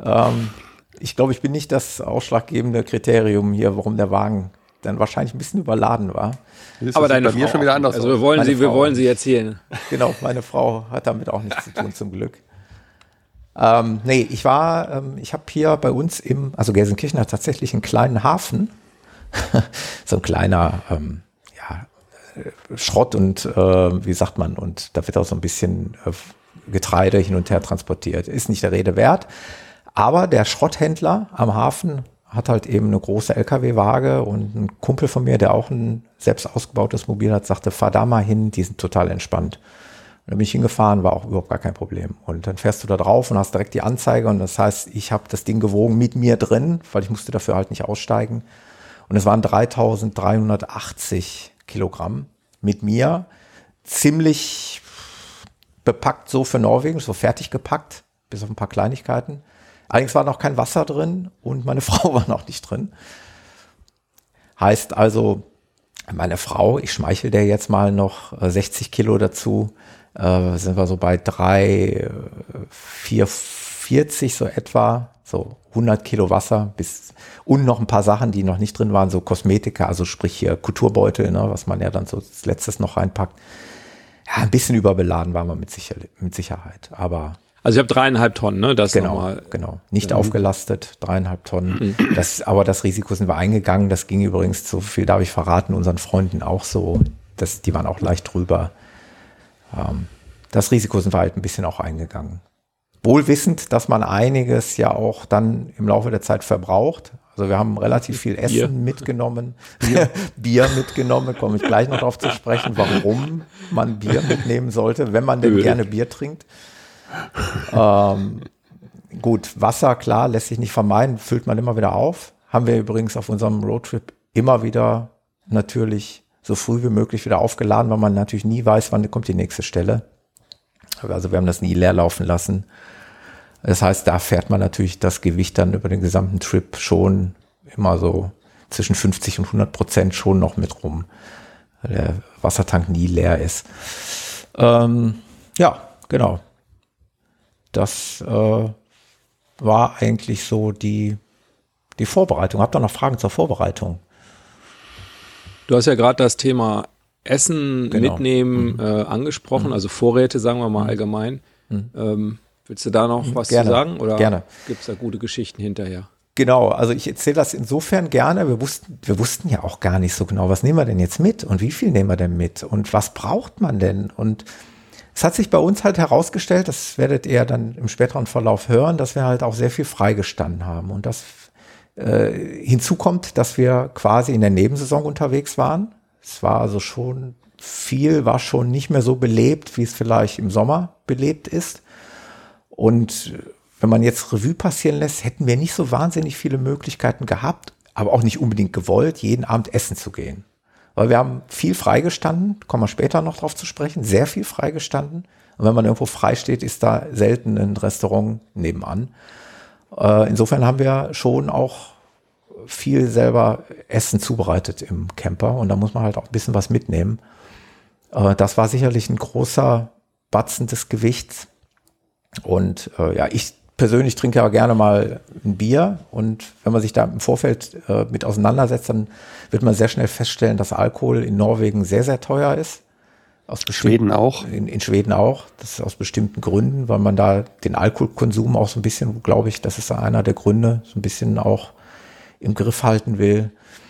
Ich glaube, ich bin nicht das ausschlaggebende Kriterium hier, warum der Wagen dann wahrscheinlich ein bisschen überladen war. Aber deine bei mir Frau schon wieder anders. Also wir wollen sie erzählen. Genau, meine Frau hat damit auch nichts zu tun, zum Glück. Ich habe hier bei uns also Gelsenkirchen hat tatsächlich einen kleinen Hafen. So ein kleiner, Schrott und, wie sagt man, und da wird auch so ein bisschen Getreide hin und her transportiert. Ist nicht der Rede wert. Aber der Schrotthändler am Hafen hat halt eben eine große LKW-Waage und ein Kumpel von mir, der auch ein selbst ausgebautes Mobil hat, sagte, fahr da mal hin, die sind total entspannt. Und dann bin ich hingefahren, war auch überhaupt gar kein Problem. Und dann fährst du da drauf und hast direkt die Anzeige und das heißt, ich habe das Ding gewogen mit mir drin, weil ich musste dafür halt nicht aussteigen. Und es waren 3.380 Kilogramm mit mir, ziemlich bepackt so für Norwegen, so fertig gepackt, bis auf ein paar Kleinigkeiten. Allerdings war noch kein Wasser drin und meine Frau war noch nicht drin. Heißt also, meine Frau, ich schmeichel der jetzt mal noch 60 Kilo dazu, sind wir so bei 440 so etwa, so 100 Kilo Wasser und noch ein paar Sachen, die noch nicht drin waren, so Kosmetika, also sprich hier Kulturbeutel, ne, was man ja dann so als letztes noch reinpackt. Ja, ein bisschen überbeladen waren wir mit Sicherheit, aber also ich habe 3,5 Tonnen, ne? Das genau. Nicht aufgelastet, 3,5 Tonnen. Aber das Risiko sind wir eingegangen. Das ging übrigens, so viel darf ich verraten, unseren Freunden auch so. Die waren auch leicht drüber. Das Risiko sind wir halt ein bisschen auch eingegangen. Wohl wissend, dass man einiges ja auch dann im Laufe der Zeit verbraucht. Also wir haben relativ viel Essen mitgenommen, Bier mitgenommen, komme ich gleich noch drauf zu sprechen, warum man Bier mitnehmen sollte, wenn man denn gerne Bier trinkt. Gut, Wasser, klar, lässt sich nicht vermeiden, füllt man immer wieder auf. Haben wir übrigens auf unserem Roadtrip immer wieder natürlich so früh wie möglich wieder aufgeladen, weil man natürlich nie weiß, wann kommt die nächste Stelle. Also wir haben das nie leer laufen lassen. Das heißt, da fährt man natürlich das Gewicht dann über den gesamten Trip schon immer so zwischen 50 und 100% schon noch mit rum, weil der Wassertank nie leer ist. Ja, genau. Das war eigentlich so die Vorbereitung. Habt ihr noch Fragen zur Vorbereitung? Du hast ja gerade das Thema Essen mitnehmen angesprochen, also Vorräte, sagen wir mal allgemein. Willst du da noch was zu sagen oder gibt es da gute Geschichten hinterher? Genau, also ich erzähle das insofern gerne. Wir wussten ja auch gar nicht so genau, was nehmen wir denn jetzt mit und wie viel nehmen wir denn mit und was braucht man denn? Und es hat sich bei uns halt herausgestellt, das werdet ihr dann im späteren Verlauf hören, dass wir halt auch sehr viel freigestanden haben und das hinzu kommt, dass wir quasi in der Nebensaison unterwegs waren. Es war also schon viel, war schon nicht mehr so belebt, wie es vielleicht im Sommer belebt ist. Und wenn man jetzt Revue passieren lässt, hätten wir nicht so wahnsinnig viele Möglichkeiten gehabt, aber auch nicht unbedingt gewollt, jeden Abend essen zu gehen. Weil wir haben viel freigestanden, kommen wir später noch drauf zu sprechen, sehr viel freigestanden. Und wenn man irgendwo frei steht, ist da selten ein Restaurant nebenan. Insofern haben wir schon auch viel selber Essen zubereitet im Camper und da muss man halt auch ein bisschen was mitnehmen. Das war sicherlich ein großer Batzen des Gewichts. Und ich persönlich trinke ja gerne mal ein Bier und wenn man sich da im Vorfeld mit auseinandersetzt, dann wird man sehr schnell feststellen, dass Alkohol in Norwegen sehr, sehr teuer ist. Schweden auch. In Schweden auch. Das ist aus bestimmten Gründen, weil man da den Alkoholkonsum auch so ein bisschen, glaube ich, das ist einer der Gründe, so ein bisschen auch im Griff halten will.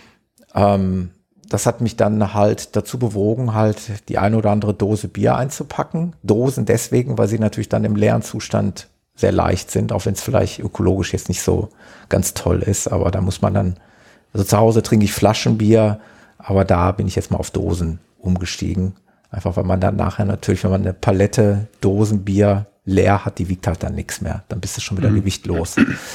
Das hat mich dann halt dazu bewogen, halt die eine oder andere Dose Bier einzupacken. Dosen deswegen, weil sie natürlich dann im leeren Zustand sehr leicht sind, auch wenn es vielleicht ökologisch jetzt nicht so ganz toll ist. Aber da muss man dann, also zu Hause trinke ich Flaschenbier, aber da bin ich jetzt mal auf Dosen umgestiegen. Einfach weil man dann nachher natürlich, wenn man eine Palette Dosenbier leer hat, die wiegt halt dann nichts mehr. Dann bist du schon wieder gewichtlos.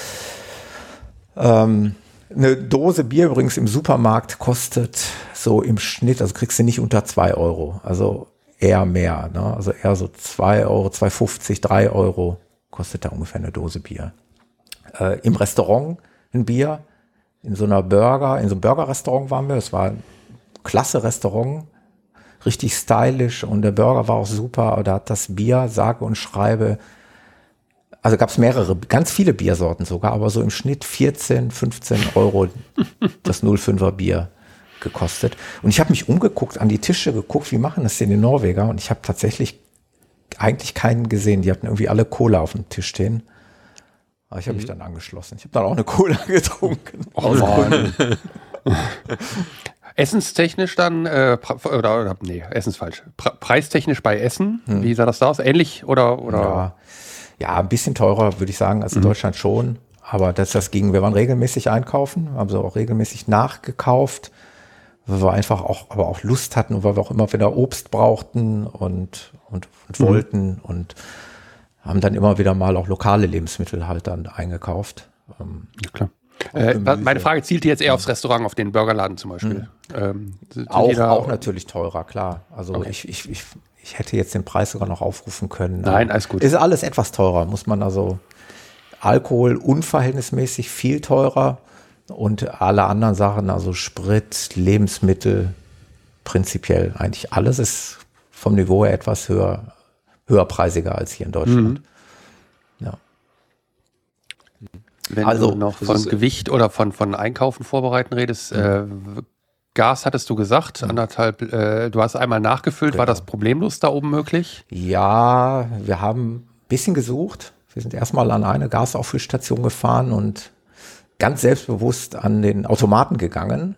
Eine Dose Bier übrigens im Supermarkt kostet so im Schnitt, also kriegst du nicht unter 2 Euro, also eher mehr, ne? Also eher so 2 Euro, 2,50, 3 Euro kostet da ungefähr eine Dose Bier. Im Restaurant ein Bier, in so einem Burger-Restaurant waren wir, es war ein klasse Restaurant, richtig stylisch und der Burger war auch super, aber da hat das Bier, sage und schreibe, also gab es ganz viele Biersorten sogar, aber so im Schnitt 14, 15 Euro das 0,5er Bier gekostet. Und ich habe mich umgeguckt, an die Tische geguckt, wie machen das denn die Norweger? Und ich habe tatsächlich eigentlich keinen gesehen. Die hatten irgendwie alle Cola auf dem Tisch stehen. Aber ich habe mich dann angeschlossen. Ich habe dann auch eine Cola getrunken. Oh Mann. Essenstechnisch dann, Essen ist falsch. Preistechnisch bei Essen, wie sah das da aus? Ähnlich oder? Ja, ein bisschen teurer, würde ich sagen, als in Deutschland schon. Aber das ging. Wir waren regelmäßig einkaufen, haben so auch regelmäßig nachgekauft, weil wir einfach aber auch Lust hatten und weil wir auch immer wieder Obst brauchten und wollten und haben dann immer wieder mal auch lokale Lebensmittel halt dann eingekauft. Ja, klar. Meine Frage zielte jetzt eher aufs Restaurant, auf den Burgerladen zum Beispiel. Auch natürlich teurer, klar. Also okay. Ich hätte jetzt den Preis sogar noch aufrufen können. Nein, alles gut. Ist alles etwas teurer, muss man also. Alkohol unverhältnismäßig viel teurer und alle anderen Sachen, also Sprit, Lebensmittel, prinzipiell eigentlich alles ist vom Niveau her etwas höherpreisiger als hier in Deutschland. Ja. Wenn du noch von Gewicht oder von Einkaufen vorbereiten redest, Gas hattest du gesagt, 1,5, du hast einmal nachgefüllt, genau. War das problemlos da oben möglich? Ja, wir haben ein bisschen gesucht. Wir sind erstmal an eine Gasauffüllstation gefahren und ganz selbstbewusst an den Automaten gegangen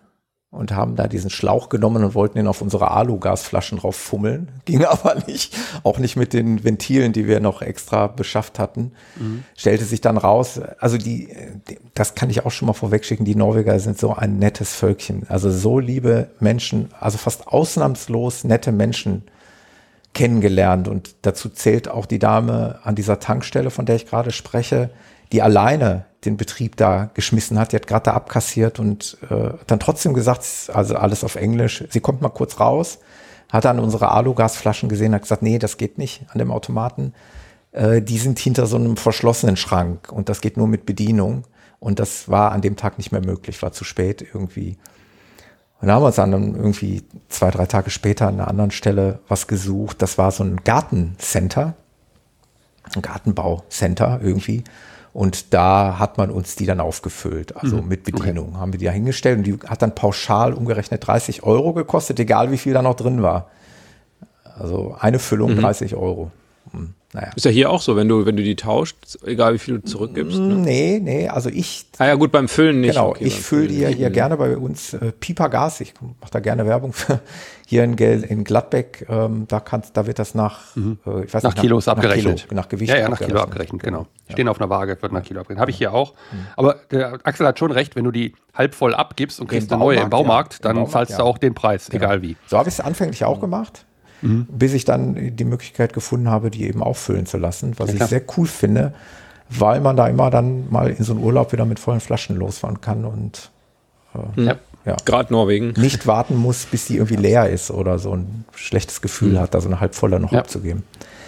und haben da diesen Schlauch genommen und wollten ihn auf unsere Alugasflaschen drauf fummeln. Ging aber nicht. Auch nicht mit den Ventilen, die wir noch extra beschafft hatten. Stellte sich dann raus, also das kann ich auch schon mal vorwegschicken, die Norweger sind so ein nettes Völkchen. Also so liebe Menschen, also fast ausnahmslos nette Menschen kennengelernt. Und dazu zählt auch die Dame an dieser Tankstelle, von der ich gerade spreche, die alleine den Betrieb da geschmissen hat. Die hat gerade da abkassiert und dann trotzdem gesagt, also alles auf Englisch, sie kommt mal kurz raus, hat dann unsere Alugasflaschen gesehen, hat gesagt, nee, das geht nicht an dem Automaten. Die sind hinter so einem verschlossenen Schrank und das geht nur mit Bedienung. Und das war an dem Tag nicht mehr möglich, war zu spät irgendwie. Und da haben wir uns dann irgendwie 2-3 Tage später an einer anderen Stelle was gesucht. Das war so ein Gartencenter, ein Gartenbaucenter irgendwie. Und da hat man uns die dann aufgefüllt, also mit Bedienung. Haben wir die da hingestellt und die hat dann pauschal umgerechnet 30 € gekostet, egal wie viel da noch drin war. Also eine Füllung 30 €. Naja. Ist ja hier auch so, wenn du die tauscht, egal wie viel du zurückgibst. Ne? Nee, also ich... Ah ja gut, beim Füllen nicht. Genau, okay, ich fülle die ja hier gerne bei uns, Pipergas, ich mache da gerne Werbung für, hier in Gladbeck, da wird das nach, ich weiß nach nicht, Kilos abgerechnet. Nach Gewicht. Ja, nach Kilo abgerechnet, genau. Stehen auf einer Waage, wird nach Kilo abgerechnet. Habe ich hier auch. Aber der Axel hat schon recht, wenn du die halb voll abgibst und kriegst eine neue im Baumarkt, dann zahlst du auch den Preis, egal wie. So habe ich es anfänglich auch gemacht. Bis ich dann die Möglichkeit gefunden habe, die eben auffüllen zu lassen, was ich sehr cool finde, weil man da immer dann mal in so einen Urlaub wieder mit vollen Flaschen losfahren kann und gerade Norwegen. Nicht warten muss, bis die irgendwie leer ist oder so ein schlechtes Gefühl hat, da so eine halb voller noch abzugeben.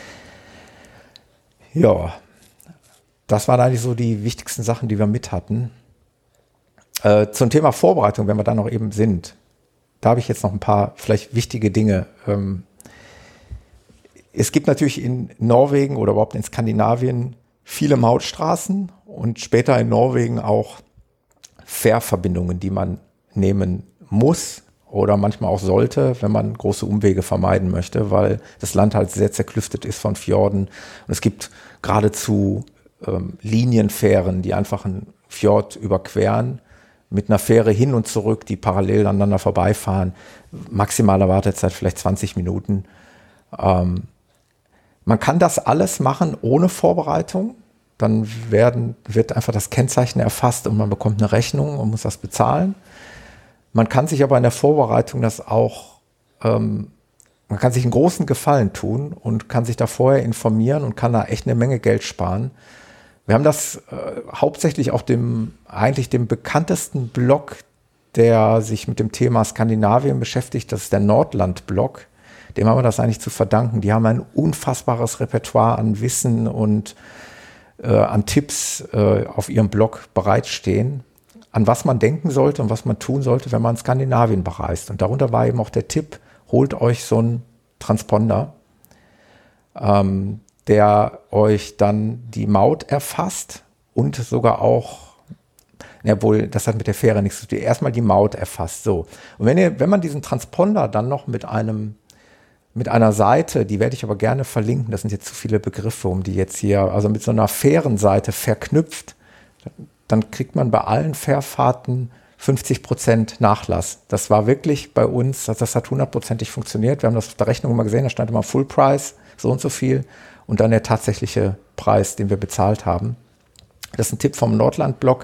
Ja, das waren eigentlich so die wichtigsten Sachen, die wir mit hatten. Zum Thema Vorbereitung, wenn wir da noch eben sind, da habe ich jetzt noch ein paar vielleicht wichtige Dinge. Es gibt natürlich in Norwegen oder überhaupt in Skandinavien viele Mautstraßen und später in Norwegen auch Fährverbindungen, die man nehmen muss oder manchmal auch sollte, wenn man große Umwege vermeiden möchte, weil das Land halt sehr zerklüftet ist von Fjorden. Und es gibt geradezu Linienfähren, die einfach einen Fjord überqueren, mit einer Fähre hin und zurück, die parallel aneinander vorbeifahren. Maximale Wartezeit vielleicht 20 Minuten. Man kann das alles machen ohne Vorbereitung. Dann wird einfach das Kennzeichen erfasst und man bekommt eine Rechnung und muss das bezahlen. Man kann sich aber in der Vorbereitung das auch, man kann sich einen großen Gefallen tun und kann sich da vorher informieren und kann da echt eine Menge Geld sparen. Wir haben das hauptsächlich auf dem bekanntesten Blog, der sich mit dem Thema Skandinavien beschäftigt, das ist der Nordland-Blog. Dem haben wir das eigentlich zu verdanken. Die haben ein unfassbares Repertoire an Wissen und an Tipps auf ihrem Blog bereitstehen, an was man denken sollte und was man tun sollte, wenn man Skandinavien bereist. Und darunter war eben auch der Tipp, holt euch so einen Transponder, der euch dann die Maut erfasst und sogar auch, obwohl das hat mit der Fähre nichts zu tun, erstmal die Maut erfasst. So. Und wenn man diesen Transponder dann noch mit einer Seite, die werde ich aber gerne verlinken, das sind jetzt zu viele Begriffe, um die jetzt hier, also mit so einer Fährenseite verknüpft, dann kriegt man bei allen Fährfahrten 50% Nachlass. Das war wirklich bei uns, das hat 100%ig funktioniert. Wir haben das auf der Rechnung immer gesehen, da stand immer Full Price, so und so viel und dann der tatsächliche Preis, den wir bezahlt haben. Das ist ein Tipp vom Nordland-Blog.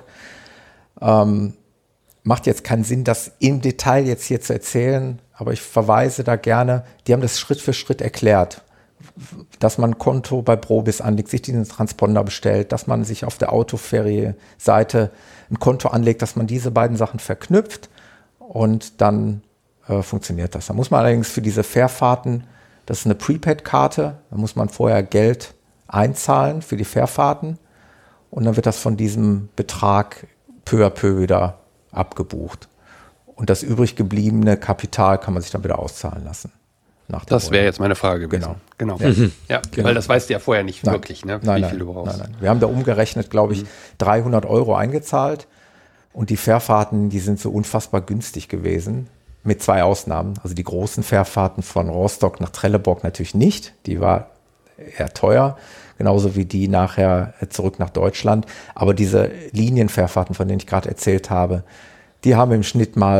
Macht jetzt keinen Sinn, das im Detail jetzt hier zu erzählen, aber ich verweise da gerne, die haben das Schritt für Schritt erklärt, dass man ein Konto bei Brobis anlegt, sich diesen Transponder bestellt, dass man sich auf der Autoferry-Seite ein Konto anlegt, dass man diese beiden Sachen verknüpft und dann funktioniert das. Da muss man allerdings für diese Fährfahrten, das ist eine Prepaid-Karte, da muss man vorher Geld einzahlen für die Fährfahrten und dann wird das von diesem Betrag peu à peu wieder abgebucht. Und das übrig gebliebene Kapital kann man sich dann wieder auszahlen lassen. Das wäre jetzt meine Frage gewesen. Genau. Ja, weil das weißt du ja vorher nicht wirklich, ne? Wie viel du brauchst. Nein. Wir haben da umgerechnet, glaube ich, 300 € eingezahlt. Und die Fährfahrten, die sind so unfassbar günstig gewesen. Mit 2 Ausnahmen. Also die großen Fährfahrten von Rostock nach Trelleborg natürlich nicht. Die war eher teuer. Genauso wie die nachher zurück nach Deutschland. Aber diese Linienfährfahrten, von denen ich gerade erzählt habe, die haben im Schnitt mal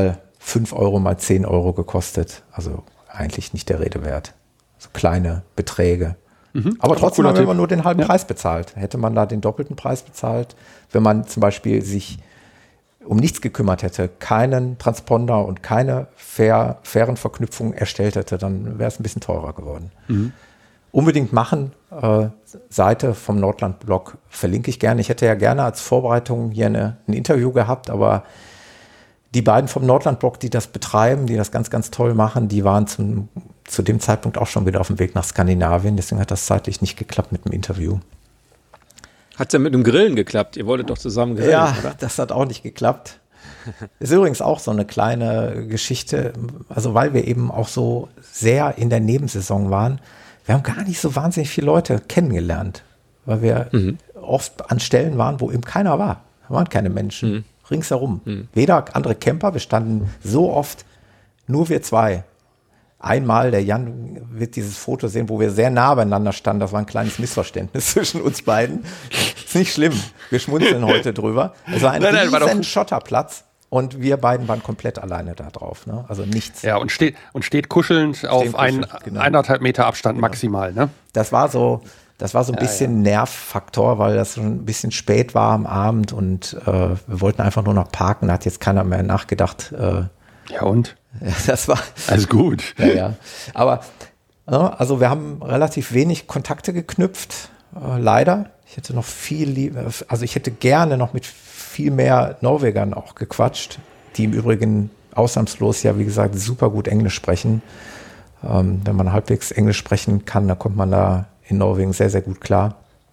5 Euro mal 10 Euro gekostet. Also eigentlich nicht der Rede wert. So kleine Beträge. Aber trotzdem haben wir nur den halben Preis bezahlt. Hätte man da den doppelten Preis bezahlt, wenn man zum Beispiel sich um nichts gekümmert hätte, keinen Transponder und keine fairen Verknüpfungen erstellt hätte, dann wäre es ein bisschen teurer geworden. Unbedingt machen. Seite vom Nordland-Blog verlinke ich gerne. Ich hätte ja gerne als Vorbereitung hier ein Interview gehabt, aber die beiden vom Nordland-Blog, die das betreiben, die das ganz, ganz toll machen, die waren zu dem Zeitpunkt auch schon wieder auf dem Weg nach Skandinavien. Deswegen hat das zeitlich nicht geklappt mit dem Interview. Hat es ja mit dem Grillen geklappt? Ihr wolltet doch zusammen grillen, ja, oder? Das hat auch nicht geklappt. Ist übrigens auch so eine kleine Geschichte, also weil wir eben auch so sehr in der Nebensaison waren. Wir haben gar nicht so wahnsinnig viele Leute kennengelernt, weil wir oft an Stellen waren, wo eben keiner war. Da waren keine Menschen ringsherum. Weder andere Camper, wir standen so oft, nur wir zwei. Einmal, der Jan wird dieses Foto sehen, wo wir sehr nah beieinander standen. Das war ein kleines Missverständnis zwischen uns beiden. Ist nicht schlimm. Wir schmunzeln heute drüber. Es war ein riesen Schotterplatz und wir beiden waren komplett alleine da drauf. Ne? Also nichts. Ja, und steht kuschelnd auf 1,5 Meter Abstand maximal. Ne? Das war so ein bisschen Nervfaktor, weil das schon ein bisschen spät war am Abend und wir wollten einfach nur noch parken. Da hat jetzt keiner mehr nachgedacht. Ja und? Ja, das war alles gut. Ja. Aber also wir haben relativ wenig Kontakte geknüpft, leider. Ich hätte noch ich hätte gerne noch mit viel mehr Norwegern auch gequatscht, die im Übrigen ausnahmslos ja, wie gesagt, super gut Englisch sprechen. Wenn man halbwegs Englisch sprechen kann, dann kommt man da in Norwegen sehr, sehr gut klar.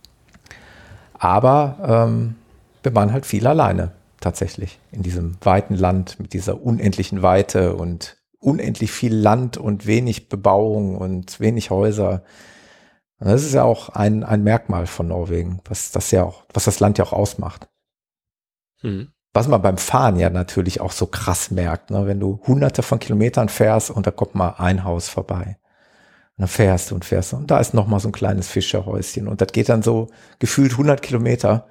Aber wir waren halt viel alleine. Tatsächlich in diesem weiten Land mit dieser unendlichen Weite und unendlich viel Land und wenig Bebauung und wenig Häuser. Und das ist ja auch ein Merkmal von Norwegen, was das Land ja auch ausmacht. Was man beim Fahren ja natürlich auch so krass merkt, ne? Wenn du hunderte von Kilometern fährst und da kommt mal ein Haus vorbei. Und dann fährst du und da ist noch mal so ein kleines Fischerhäuschen und das geht dann so gefühlt 100 Kilometer.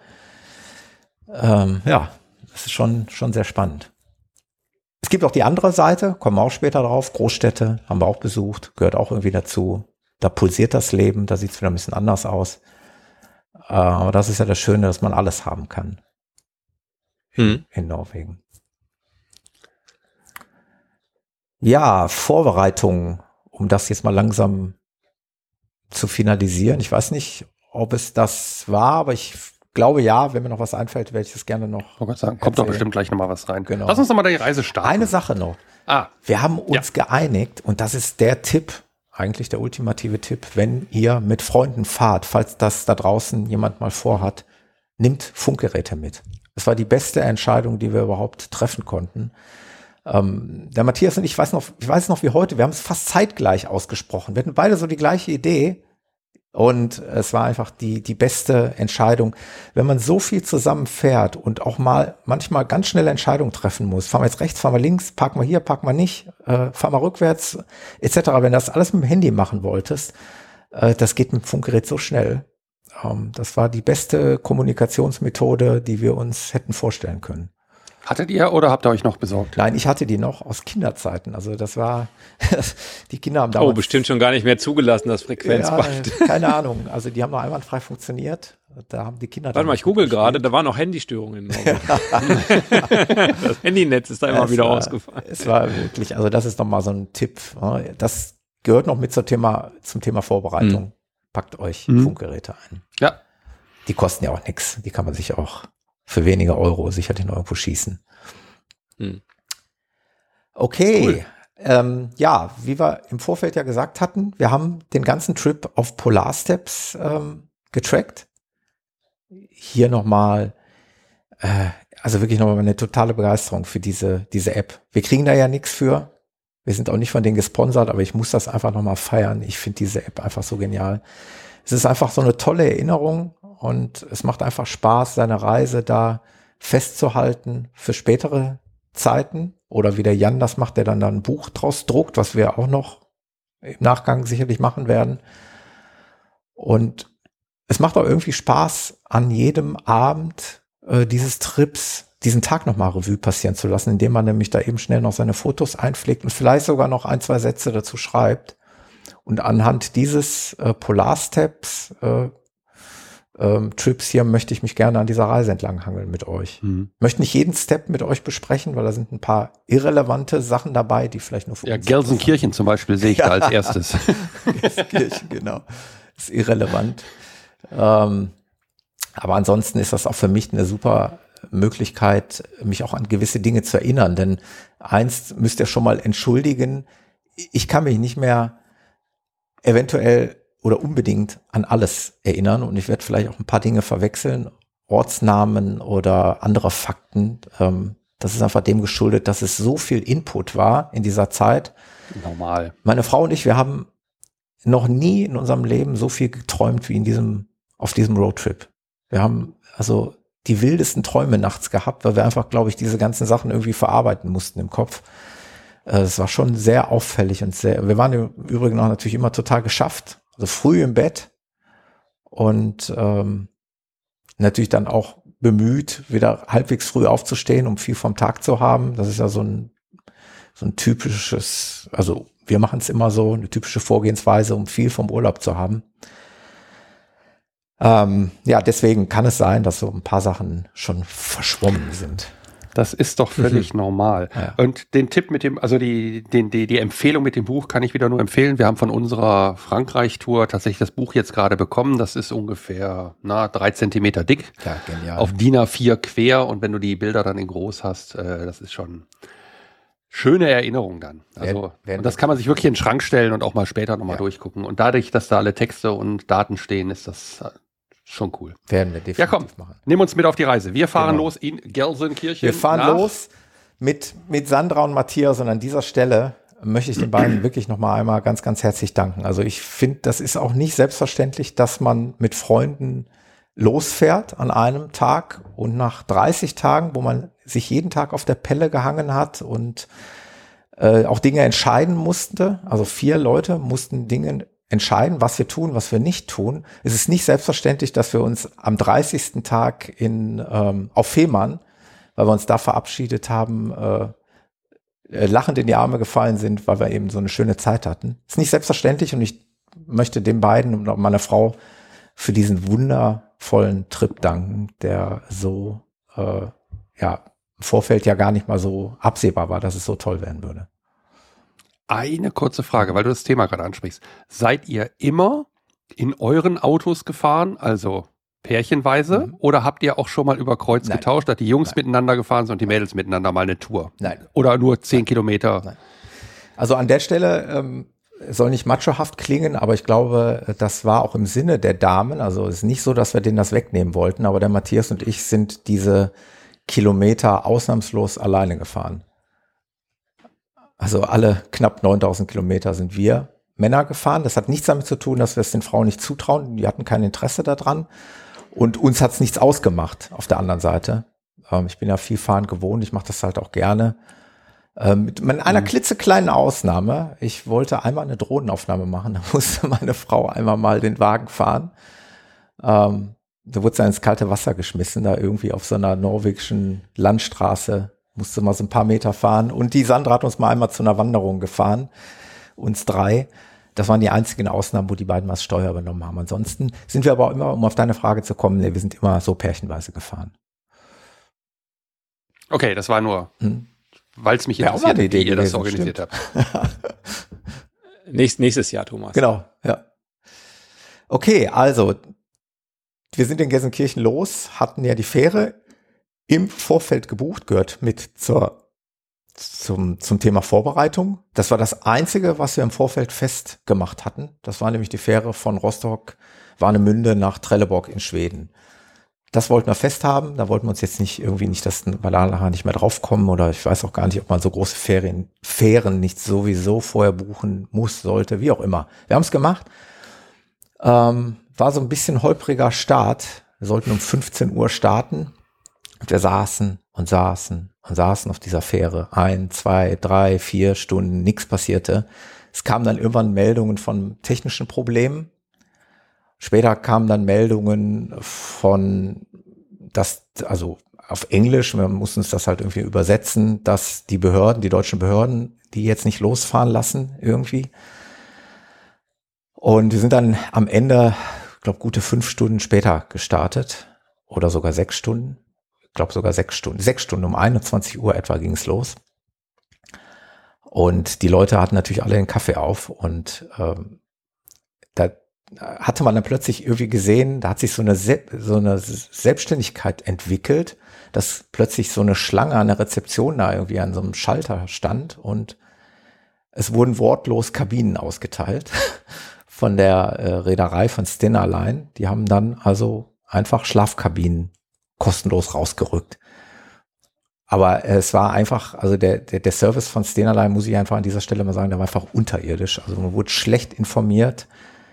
Das ist schon sehr spannend. Es gibt auch die andere Seite, kommen wir auch später drauf, Großstädte haben wir auch besucht, gehört auch irgendwie dazu. Da pulsiert das Leben, da sieht es wieder ein bisschen anders aus. Aber das ist ja das Schöne, dass man alles haben kann in Norwegen. Ja, Vorbereitungen, um das jetzt mal langsam zu finalisieren. Ich weiß nicht, ob es das war, aber ich glaube ja, wenn mir noch was einfällt, werde ich das gerne noch. Ich sagen, kommt doch bestimmt gleich noch mal was rein. Genau. Lass uns noch mal die Reise starten. Eine Sache noch. Wir haben uns geeinigt und das ist der Tipp, eigentlich der ultimative Tipp, wenn ihr mit Freunden fahrt, falls das da draußen jemand mal vorhat, nimmt Funkgeräte mit. Das war die beste Entscheidung, die wir überhaupt treffen konnten. Der Matthias und ich weiß noch wie heute, wir haben es fast zeitgleich ausgesprochen. Wir hatten beide so die gleiche Idee. Und es war einfach die beste Entscheidung, wenn man so viel zusammen fährt und auch mal manchmal ganz schnelle Entscheidungen treffen muss. Fahren wir jetzt rechts, fahren wir links, parken wir hier, parken wir nicht, fahren wir rückwärts, etc. Wenn du das alles mit dem Handy machen wolltest, das geht mit dem Funkgerät so schnell. Das war die beste Kommunikationsmethode, die wir uns hätten vorstellen können. Hattet ihr oder habt ihr euch noch besorgt? Nein, ich hatte die noch aus Kinderzeiten. Also das war, die Kinder haben damals... Oh, bestimmt schon gar nicht mehr zugelassen, das Frequenzband. Ja, keine Ahnung. Also die haben noch einwandfrei funktioniert. Da haben die Kinder... Warte mal, ich google gerade, da waren noch Handystörungen in Norwegen. Das Handynetz ist da immer wieder ausgefallen. Es war wirklich, also das ist nochmal so ein Tipp. Das gehört noch mit zum Thema Vorbereitung. Packt euch Funkgeräte ein. Ja. Die kosten ja auch nichts. Die kann man sich auch für wenige Euro sicherlich noch irgendwo schießen. Okay. Cool. Wie wir im Vorfeld ja gesagt hatten, wir haben den ganzen Trip auf Polarsteps getrackt. Hier nochmal, also wirklich nochmal eine totale Begeisterung für diese App. Wir kriegen da ja nichts für. Wir sind auch nicht von denen gesponsert, aber ich muss das einfach nochmal feiern. Ich finde diese App einfach so genial. Es ist einfach so eine tolle Erinnerung. Und es macht einfach Spaß, seine Reise da festzuhalten für spätere Zeiten. Oder wie der Jan das macht, der dann da ein Buch draus druckt, was wir auch noch im Nachgang sicherlich machen werden. Und es macht auch irgendwie Spaß, an jedem Abend dieses Trips diesen Tag nochmal Revue passieren zu lassen, indem man nämlich da eben schnell noch seine Fotos einpflegt und vielleicht sogar noch 1, 2 Sätze dazu schreibt. Und anhand dieses Polarsteps Trips hier möchte ich mich gerne an dieser Reise entlang hangeln mit euch. Möchte nicht jeden Step mit euch besprechen, weil da sind ein paar irrelevante Sachen dabei, die vielleicht nur für uns Gelsenkirchen zum Beispiel sehe ich da als erstes. Gelsenkirchen, genau. Ist irrelevant. Aber ansonsten ist das auch für mich eine super Möglichkeit, mich auch an gewisse Dinge zu erinnern. Denn eins müsst ihr schon mal entschuldigen, ich kann mich nicht mehr eventuell oder unbedingt an alles erinnern und ich werde vielleicht auch ein paar Dinge verwechseln, Ortsnamen oder andere Fakten. Das ist einfach dem geschuldet, dass es so viel Input war in dieser Zeit. Normal. Meine Frau und ich, wir haben noch nie in unserem Leben so viel geträumt wie auf diesem Roadtrip. Wir haben also die wildesten Träume nachts gehabt, weil wir einfach, glaube ich, diese ganzen Sachen irgendwie verarbeiten mussten im Kopf. Es war schon sehr auffällig und wir waren im Übrigen auch natürlich immer total geschafft. Also früh im Bett und natürlich dann auch bemüht, wieder halbwegs früh aufzustehen, um viel vom Tag zu haben. Das ist ja so ein typisches, also wir machen es immer so, eine typische Vorgehensweise, um viel vom Urlaub zu haben. Deswegen kann es sein, dass so ein paar Sachen schon verschwommen sind. Das ist doch völlig normal. Ja. Und den Tipp mit dem, also die Empfehlung mit dem Buch kann ich wieder nur empfehlen. Wir haben von unserer Frankreich-Tour tatsächlich das Buch jetzt gerade bekommen. Das ist ungefähr 3 Zentimeter dick. Ja, genial. Auf DIN A4 quer. Und wenn du die Bilder dann in groß hast, das ist schon schöne Erinnerung dann. Also, und das kann man sich wirklich in den Schrank stellen und auch mal später nochmal durchgucken. Und dadurch, dass da alle Texte und Daten stehen, ist das schon cool. Werden wir definitiv machen. Nimm uns mit auf die Reise. Wir fahren los in Gelsenkirchen. Wir fahren los mit Sandra und Matthias und an dieser Stelle möchte ich den beiden wirklich nochmal einmal ganz, ganz herzlich danken. Also ich finde, das ist auch nicht selbstverständlich, dass man mit Freunden losfährt an einem Tag und nach 30 Tagen, wo man sich jeden Tag auf der Pelle gehangen hat und auch Dinge entscheiden musste, also 4 Leute mussten Dinge entscheiden, was wir tun, was wir nicht tun. Es ist nicht selbstverständlich, dass wir uns am 30. Tag auf Fehmarn, weil wir uns da verabschiedet haben, lachend in die Arme gefallen sind, weil wir eben so eine schöne Zeit hatten. Ist nicht selbstverständlich und ich möchte den beiden und auch meiner Frau für diesen wundervollen Trip danken, der so im Vorfeld ja gar nicht mal so absehbar war, dass es so toll werden würde. Eine kurze Frage, weil du das Thema gerade ansprichst. Seid ihr immer in euren Autos gefahren, also pärchenweise, oder habt ihr auch schon mal über Kreuz getauscht, dass die Jungs miteinander gefahren sind und die Mädels miteinander mal eine Tour? Nein. Oder nur 10 Kilometer? Nein. Also an der Stelle soll nicht machohaft klingen, aber ich glaube, das war auch im Sinne der Damen. Also es ist nicht so, dass wir denen das wegnehmen wollten, aber der Matthias und ich sind diese Kilometer ausnahmslos alleine gefahren. Also alle knapp 9000 Kilometer sind wir Männer gefahren. Das hat nichts damit zu tun, dass wir es den Frauen nicht zutrauen. Die hatten kein Interesse daran. Und uns hat es nichts ausgemacht auf der anderen Seite. Ich bin ja viel fahren gewohnt. Ich mache das halt auch gerne. Mit einer klitzekleinen Ausnahme. Ich wollte einmal eine Drohnenaufnahme machen. Da musste meine Frau einmal mal den Wagen fahren. Da wurde sie ins kalte Wasser geschmissen, da irgendwie auf so einer norwegischen Landstraße. Musste mal so ein paar Meter fahren. Und die Sandra hat uns mal einmal zu einer Wanderung gefahren. Uns 3. Das waren die einzigen Ausnahmen, wo die beiden mal das Steuer übernommen haben. Ansonsten sind wir aber auch immer, um auf deine Frage zu kommen, wir sind immer so pärchenweise gefahren. Okay, das war nur, weil es mich interessiert, wie ihr das organisiert habt. Nächstes Jahr, Thomas. Genau, ja. Okay, also wir sind in Gelsenkirchen los, hatten ja die Fähre im Vorfeld gebucht, gehört mit zum Thema Vorbereitung. Das war das Einzige, was wir im Vorfeld festgemacht hatten. Das war nämlich die Fähre von Rostock, Warnemünde nach Trelleborg in Schweden. Das wollten wir festhaben. Da wollten wir uns jetzt nicht, weil da nachher nicht mehr draufkommen oder ich weiß auch gar nicht, ob man so große Fähren nicht sowieso vorher buchen muss, sollte, wie auch immer. Wir haben es gemacht. War so ein bisschen holpriger Start. Wir sollten um 15 Uhr starten. Und wir saßen auf dieser Fähre 1, 2, 3, 4 Stunden, nichts passierte. Es kamen dann irgendwann Meldungen von technischen Problemen. Später kamen dann Meldungen von, dass, also auf Englisch, wir mussten uns das halt irgendwie übersetzen, dass die deutschen Behörden, die jetzt nicht losfahren lassen irgendwie. Und wir sind dann am Ende, ich glaube, gute 5 Stunden später gestartet oder sogar 6 Stunden. Ich glaube sogar 6 Stunden. 6 Stunden, um 21 Uhr etwa ging es los. Und die Leute hatten natürlich alle den Kaffee auf und da hatte man dann plötzlich irgendwie gesehen, da hat sich so eine Selbstständigkeit entwickelt, dass plötzlich so eine Schlange an der Rezeption da irgendwie an so einem Schalter stand und es wurden wortlos Kabinen ausgeteilt von der Reederei von Stena Line. Die haben dann also einfach Schlafkabinen kostenlos rausgerückt. Aber es war einfach, also der Service von Stena Line, muss ich einfach an dieser Stelle mal sagen, der war einfach unterirdisch. Also man wurde schlecht informiert.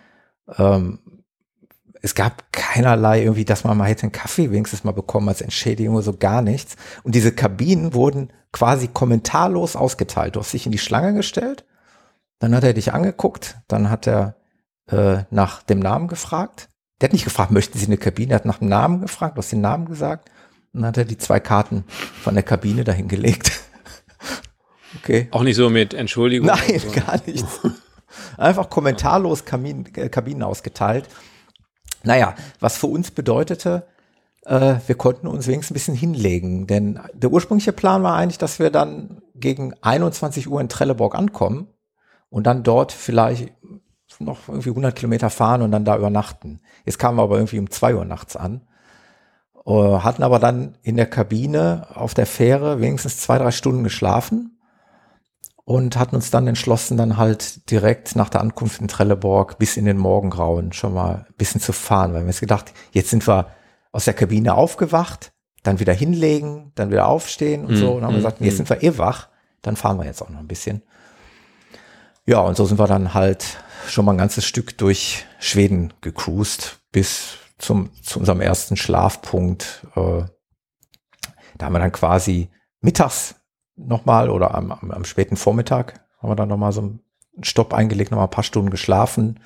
Es gab keinerlei irgendwie, dass man mal hätte einen Kaffee wenigstens mal bekommen als Entschädigung oder so, gar nichts. Und diese Kabinen wurden quasi kommentarlos ausgeteilt. Du hast dich in die Schlange gestellt, dann hat er dich angeguckt, dann hat er nach dem Namen gefragt. Der hat nicht gefragt, möchten Sie eine Kabine? Er hat nach dem Namen gefragt, du hast den Namen gesagt. Und dann hat er die 2 Karten von der Kabine dahin gelegt. Okay. Auch nicht so mit Entschuldigung? Nein, so. Gar nichts. Einfach kommentarlos Kabinen ausgeteilt. Naja, was für uns bedeutete, wir konnten uns wenigstens ein bisschen hinlegen. Denn der ursprüngliche Plan war eigentlich, dass wir dann gegen 21 Uhr in Trelleborg ankommen und dann dort vielleicht noch irgendwie 100 Kilometer fahren und dann da übernachten. Jetzt kamen wir aber irgendwie um 2 Uhr nachts an. Hatten aber dann in der Kabine auf der Fähre wenigstens 2-3 Stunden geschlafen und hatten uns dann entschlossen, dann halt direkt nach der Ankunft in Trelleborg bis in den Morgengrauen schon mal ein bisschen zu fahren, weil wir uns gedacht, jetzt sind wir aus der Kabine aufgewacht, dann wieder hinlegen, dann wieder aufstehen und so. Und haben gesagt, jetzt sind wir eh wach, dann fahren wir jetzt auch noch ein bisschen. Ja, und so sind wir dann halt schon mal ein ganzes Stück durch Schweden gecruised bis zu unserem ersten Schlafpunkt. Da haben wir dann quasi mittags nochmal oder am späten Vormittag haben wir dann nochmal so einen Stopp eingelegt, nochmal ein paar Stunden geschlafen.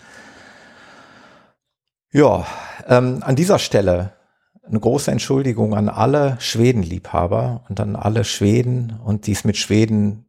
Ja, an dieser Stelle eine große Entschuldigung an alle Schweden-Liebhaber und an alle Schweden und die es mit Schweden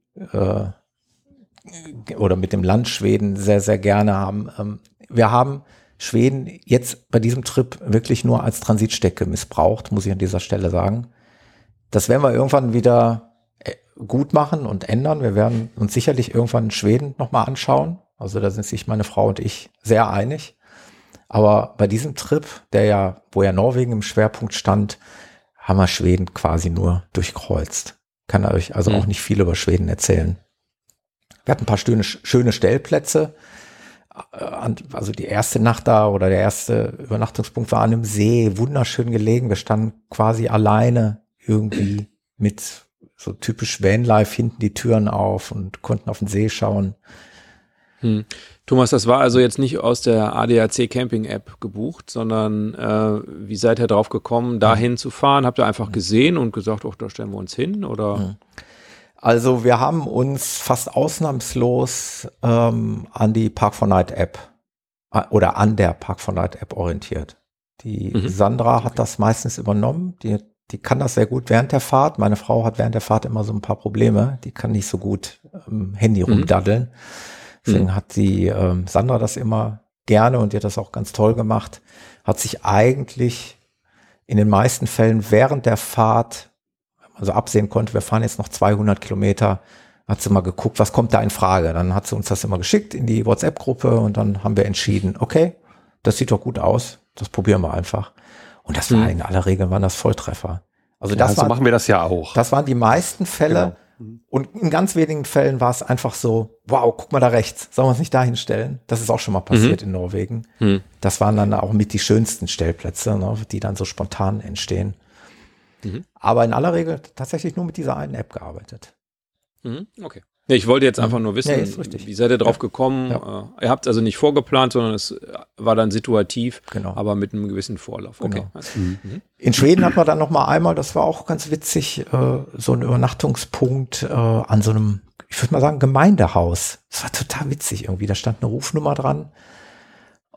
oder mit dem Land Schweden sehr, sehr gerne haben. Wir haben Schweden jetzt bei diesem Trip wirklich nur als Transitstrecke missbraucht, muss ich an dieser Stelle sagen. Das werden wir irgendwann wieder gut machen und ändern. Wir werden uns sicherlich irgendwann Schweden nochmal anschauen. Also da sind sich meine Frau und ich sehr einig. Aber bei diesem Trip, wo ja Norwegen im Schwerpunkt stand, haben wir Schweden quasi nur durchkreuzt. Kann euch also auch nicht viel über Schweden erzählen. Wir hatten ein paar schöne Stellplätze. Also die erste Nacht da oder der erste Übernachtungspunkt war an einem See, wunderschön gelegen. Wir standen quasi alleine irgendwie mit so typisch Vanlife, hinten die Türen auf und konnten auf den See schauen. Thomas, das war also jetzt nicht aus der ADAC Camping App gebucht, sondern wie seid ihr drauf gekommen, dahin zu fahren? Habt ihr einfach gesehen und gesagt, da stellen wir uns hin, oder? Also wir haben uns fast ausnahmslos an die Park4Night App oder an der Park4Night App orientiert. Die Sandra hat das meistens übernommen. Die kann das sehr gut während der Fahrt. Meine Frau hat während der Fahrt immer so ein paar Probleme. Die kann nicht so gut Handy rumdaddeln. Deswegen hat die Sandra das immer gerne und die hat das auch ganz toll gemacht. Hat sich eigentlich in den meisten Fällen während der Fahrt, also absehen konnte, wir fahren jetzt noch 200 Kilometer, hat sie mal geguckt, was kommt da in Frage. Dann hat sie uns das immer geschickt in die WhatsApp-Gruppe und dann haben wir entschieden, okay, das sieht doch gut aus, das probieren wir einfach. Und das war in aller Regel waren das Volltreffer. Also das so machen wir das ja auch. Das waren die meisten Fälle. Genau. Und in ganz wenigen Fällen war es einfach so, wow, guck mal da rechts, sollen wir uns nicht da hinstellen? Das ist auch schon mal passiert in Norwegen. Das waren dann auch mit die schönsten Stellplätze, ne, die dann so spontan entstehen. Aber in aller Regel tatsächlich nur mit dieser einen App gearbeitet. Okay. Nee, ich wollte jetzt einfach nur wissen, wie seid ihr drauf gekommen? Ja. Ihr habt es also nicht vorgeplant, sondern es war dann situativ, genau, aber mit einem gewissen Vorlauf. Okay. Genau. In Schweden hatten wir dann noch mal einmal, das war auch ganz witzig, so ein Übernachtungspunkt an so einem, ich würde mal sagen, Gemeindehaus. Das war total witzig irgendwie, da stand eine Rufnummer dran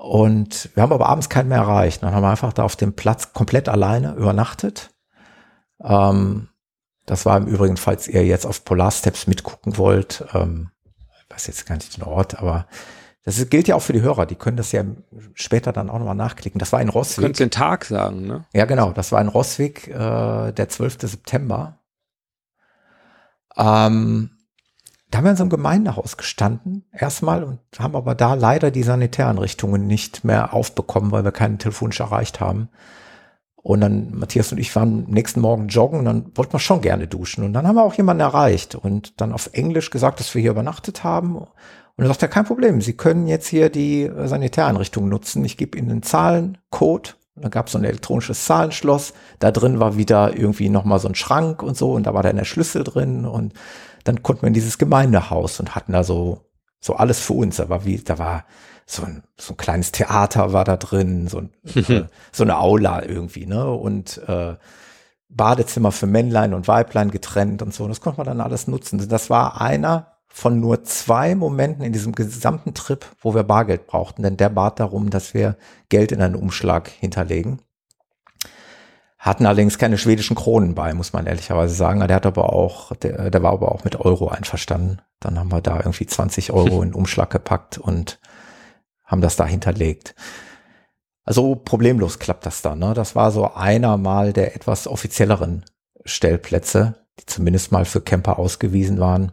und wir haben aber abends keinen mehr erreicht. Dann haben wir einfach da auf dem Platz komplett alleine übernachtet. Das war im Übrigen, falls ihr jetzt auf Polar Steps mitgucken wollt, ich weiß jetzt gar nicht den Ort, aber das gilt ja auch für die Hörer, die können das ja später dann auch nochmal nachklicken. Das war in Roswig. Du könntest den Tag sagen, ne? Ja, genau, das war in Roswig, der 12. September. Da haben wir in so einem Gemeindehaus gestanden, erstmal, und haben aber da leider die Sanitäreinrichtungen nicht mehr aufbekommen, weil wir keinen telefonisch erreicht haben. Und dann, Matthias und ich waren am nächsten Morgen joggen und dann wollten wir schon gerne duschen. Und dann haben wir auch jemanden erreicht und dann auf Englisch gesagt, dass wir hier übernachtet haben. Und dann sagt er, kein Problem, Sie können jetzt hier die Sanitäreinrichtung nutzen. Ich gebe Ihnen einen Zahlencode. Und dann gab es so ein elektronisches Zahlenschloss. Da drin war wieder irgendwie nochmal so ein Schrank und so. Und da war dann der Schlüssel drin. Und dann konnten wir in dieses Gemeindehaus und hatten da so alles für uns. Da war so ein kleines Theater war da drin, so eine Aula irgendwie, ne? Und Badezimmer für Männlein und Weiblein getrennt und so. Und das konnte man dann alles nutzen. Das war einer von nur 2 Momenten in diesem gesamten Trip, wo wir Bargeld brauchten, denn der bat darum, dass wir Geld in einen Umschlag hinterlegen. Hatten allerdings keine schwedischen Kronen bei, muss man ehrlicherweise sagen. Der war aber auch mit Euro einverstanden. Dann haben wir da irgendwie 20 Euro in den Umschlag gepackt und haben das da hinterlegt. Also problemlos klappt das dann, ne? Das war so einer mal der etwas offizielleren Stellplätze, die zumindest mal für Camper ausgewiesen waren.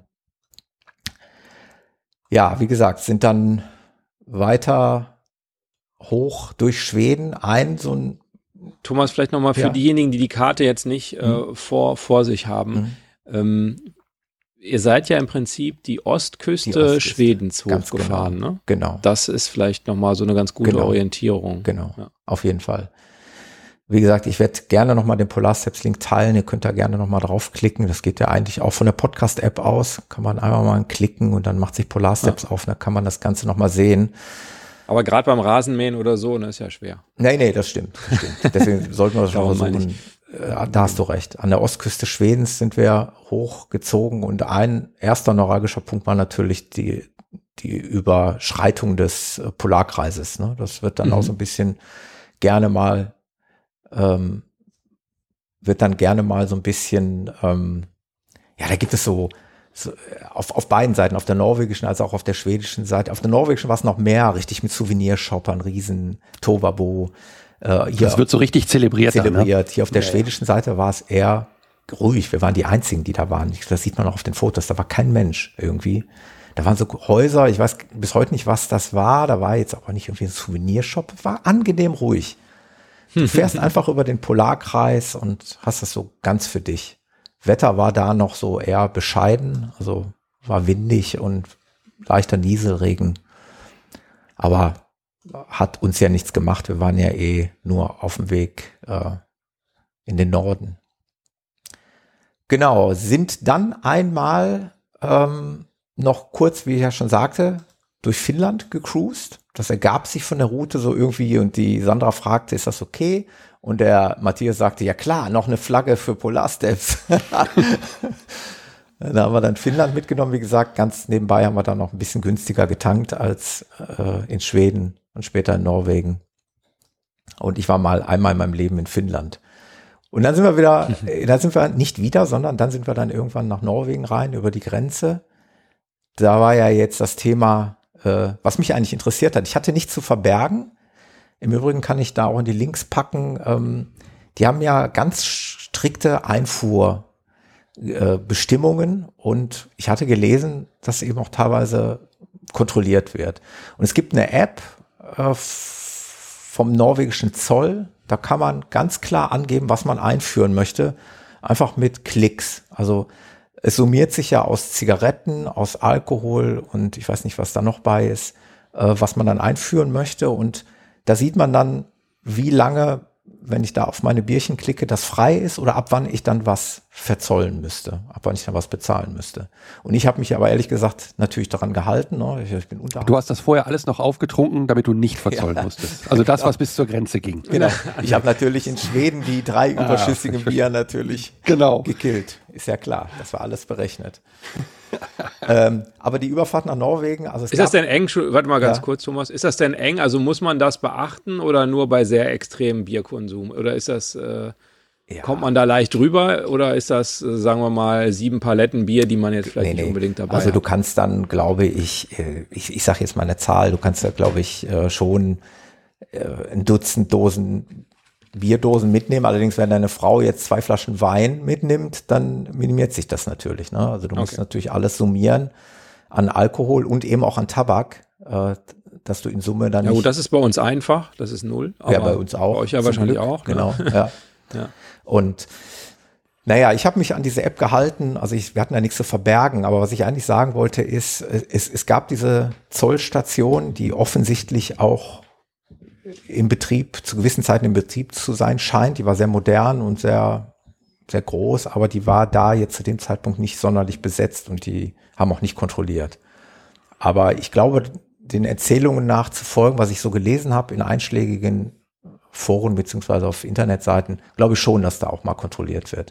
Ja, wie gesagt, sind dann weiter hoch durch Schweden so ein Thomas, vielleicht nochmal für diejenigen, die die Karte jetzt nicht vor sich haben. Ihr seid ja im Prinzip die Ostküste Schwedens hochgefahren, genau, ne? Genau. Das ist vielleicht nochmal so eine ganz gute Orientierung. Genau, auf jeden Fall. Wie gesagt, ich werde gerne nochmal den Polar Steps Link teilen. Ihr könnt da gerne nochmal draufklicken. Das geht ja eigentlich auch von der Podcast-App aus. Kann man einfach mal klicken und dann macht sich Polar Steps auf. Da kann man das Ganze nochmal sehen. Aber gerade beim Rasenmähen oder so, ne, ist ja schwer. Nee, das stimmt. Deswegen sollten wir das schon versuchen. Da hast du recht. An der Ostküste Schwedens sind wir hochgezogen und ein erster neuralgischer Punkt war natürlich die Überschreitung des Polarkreises. Ne? Das wird dann auch so ein bisschen gerne mal so ein bisschen, da gibt es so auf beiden Seiten, auf der norwegischen als auch auf der schwedischen Seite. Auf der norwegischen war es noch mehr, richtig mit Souvenirshoppern, riesen Tovabo. Das wird so richtig zelebriert. Hier auf der schwedischen Seite war es eher ruhig. Wir waren die Einzigen, die da waren. Das sieht man auch auf den Fotos. Da war kein Mensch irgendwie. Da waren so Häuser. Ich weiß bis heute nicht, was das war. Da war jetzt aber nicht irgendwie ein Souvenirshop. War angenehm ruhig. Du fährst einfach über den Polarkreis und hast das so ganz für dich. Wetter war da noch so eher bescheiden. Also war windig und leichter Nieselregen. Aber hat uns ja nichts gemacht. Wir waren ja nur auf dem Weg in den Norden. Genau, sind dann einmal noch kurz, wie ich ja schon sagte, durch Finnland gecruised. Das ergab sich von der Route so irgendwie und die Sandra fragte, ist das okay? Und der Matthias sagte, ja klar, noch eine Flagge für Polar Steps. Da haben wir dann Finnland mitgenommen, wie gesagt, ganz nebenbei haben wir dann noch ein bisschen günstiger getankt als in Schweden und später in Norwegen. Und ich war einmal in meinem Leben in Finnland. Und dann sind wir sondern dann sind wir dann irgendwann nach Norwegen rein, über die Grenze. Da war ja jetzt das Thema, was mich eigentlich interessiert hat. Ich hatte nichts zu verbergen. Im Übrigen kann ich da auch in die Links packen. Die haben ja ganz strikte Einfuhrbestimmungen und ich hatte gelesen, dass eben auch teilweise kontrolliert wird. Und es gibt eine App vom norwegischen Zoll, da kann man ganz klar angeben, was man einführen möchte, einfach mit Klicks. Also es summiert sich ja aus Zigaretten, aus Alkohol und ich weiß nicht, was da noch bei ist, was man dann einführen möchte. Und da sieht man dann, wie lange, wenn ich da auf meine Bierchen klicke, das frei ist oder ab wann ich dann was verzollen müsste, ab wann ich dann was bezahlen müsste. Und ich habe mich aber ehrlich gesagt natürlich daran gehalten. Ne? Ich bin Du hast das vorher alles noch aufgetrunken, damit du nicht verzollen musstest. Also das, was bis zur Grenze ging. Genau. Ich habe natürlich in Schweden die 3 überschüssigen Bier natürlich gekillt. Ist ja klar, das war alles berechnet. Aber die Überfahrt nach Norwegen, also ist das denn eng? Warte mal ganz kurz, Thomas. Ist das denn eng? Also muss man das beachten oder nur bei sehr extremem Bierkonsum? Oder ist das Kommt man da leicht drüber oder ist das, sagen wir mal, 7 Paletten Bier, die man jetzt vielleicht nicht unbedingt dabei hat? Also du kannst dann, glaube ich sage jetzt mal eine Zahl, du kannst da, glaube ich, schon ein Dutzend Bierdosen mitnehmen. Allerdings, wenn deine Frau jetzt 2 Flaschen Wein mitnimmt, dann minimiert sich das natürlich. Ne? Also du musst natürlich alles summieren an Alkohol und eben auch an Tabak, dass du in Summe dann nicht... Ja gut, das ist bei uns einfach, das ist 0. Aber ja, bei uns auch. Bei euch ja wahrscheinlich Glück. Auch. Genau, ja. Ja. Und naja, ich habe mich an diese App gehalten, also wir hatten ja nichts zu verbergen, aber was ich eigentlich sagen wollte ist, es gab diese Zollstation, die offensichtlich auch im Betrieb, zu gewissen Zeiten im Betrieb zu sein scheint, die war sehr modern und sehr, sehr groß, aber die war da jetzt zu dem Zeitpunkt nicht sonderlich besetzt und die haben auch nicht kontrolliert. Aber ich glaube, den Erzählungen nach zu folgen, was ich so gelesen habe in einschlägigen Foren beziehungsweise auf Internetseiten, glaube ich schon, dass da auch mal kontrolliert wird.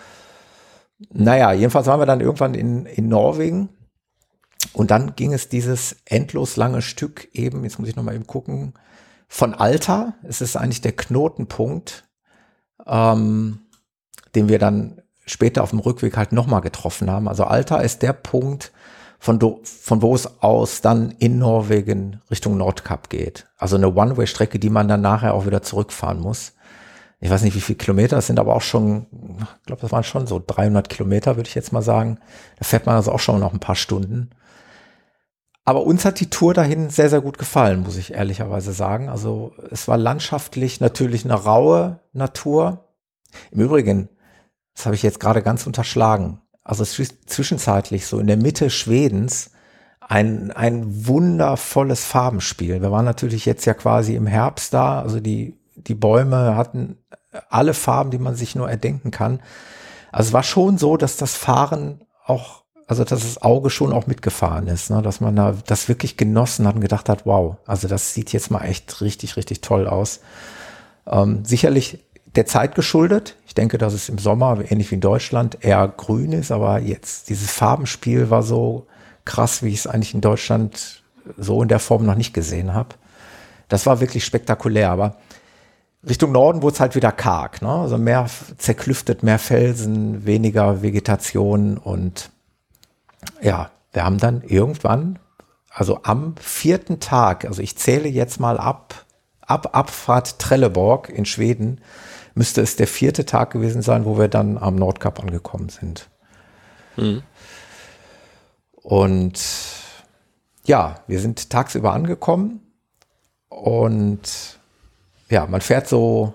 Naja, jedenfalls waren wir dann irgendwann in Norwegen und dann ging es dieses endlos lange Stück eben, jetzt muss ich nochmal eben gucken, von Alta. Es ist eigentlich der Knotenpunkt, den wir dann später auf dem Rückweg halt nochmal getroffen haben. Also Alta ist der Punkt, von wo es aus dann in Norwegen Richtung Nordkap geht. Also eine One-Way-Strecke, die man dann nachher auch wieder zurückfahren muss. Ich weiß nicht, wie viele Kilometer, das sind aber auch schon, ich glaube, das waren schon so 300 Kilometer, würde ich jetzt mal sagen. Da fährt man also auch schon noch ein paar Stunden. Aber uns hat die Tour dahin sehr, sehr gut gefallen, muss ich ehrlicherweise sagen. Also es war landschaftlich natürlich eine raue Natur. Im Übrigen, das habe ich jetzt gerade ganz unterschlagen, also zwischenzeitlich so in der Mitte Schwedens ein wundervolles Farbenspiel. Wir waren natürlich jetzt ja quasi im Herbst da, also die Bäume hatten alle Farben, die man sich nur erdenken kann. Also es war schon so, dass das Fahren auch, also dass das Auge schon auch mitgefahren ist, ne? Dass man da das wirklich genossen hat und gedacht hat, wow, also das sieht jetzt mal echt richtig, richtig toll aus. Sicherlich der Zeit geschuldet. Ich denke, dass es im Sommer, ähnlich wie in Deutschland, eher grün ist, aber jetzt dieses Farbenspiel war so krass, wie ich es eigentlich in Deutschland so in der Form noch nicht gesehen habe. Das war wirklich spektakulär, aber Richtung Norden wurde es halt wieder karg, ne? Also mehr zerklüftet, mehr Felsen, weniger Vegetation und ja, wir haben dann irgendwann, also am 4. Tag, also ich zähle jetzt mal ab Abfahrt Trelleborg in Schweden, müsste es der 4. Tag gewesen sein, wo wir dann am Nordkap angekommen sind. Mhm. Und ja, wir sind tagsüber angekommen und ja, man fährt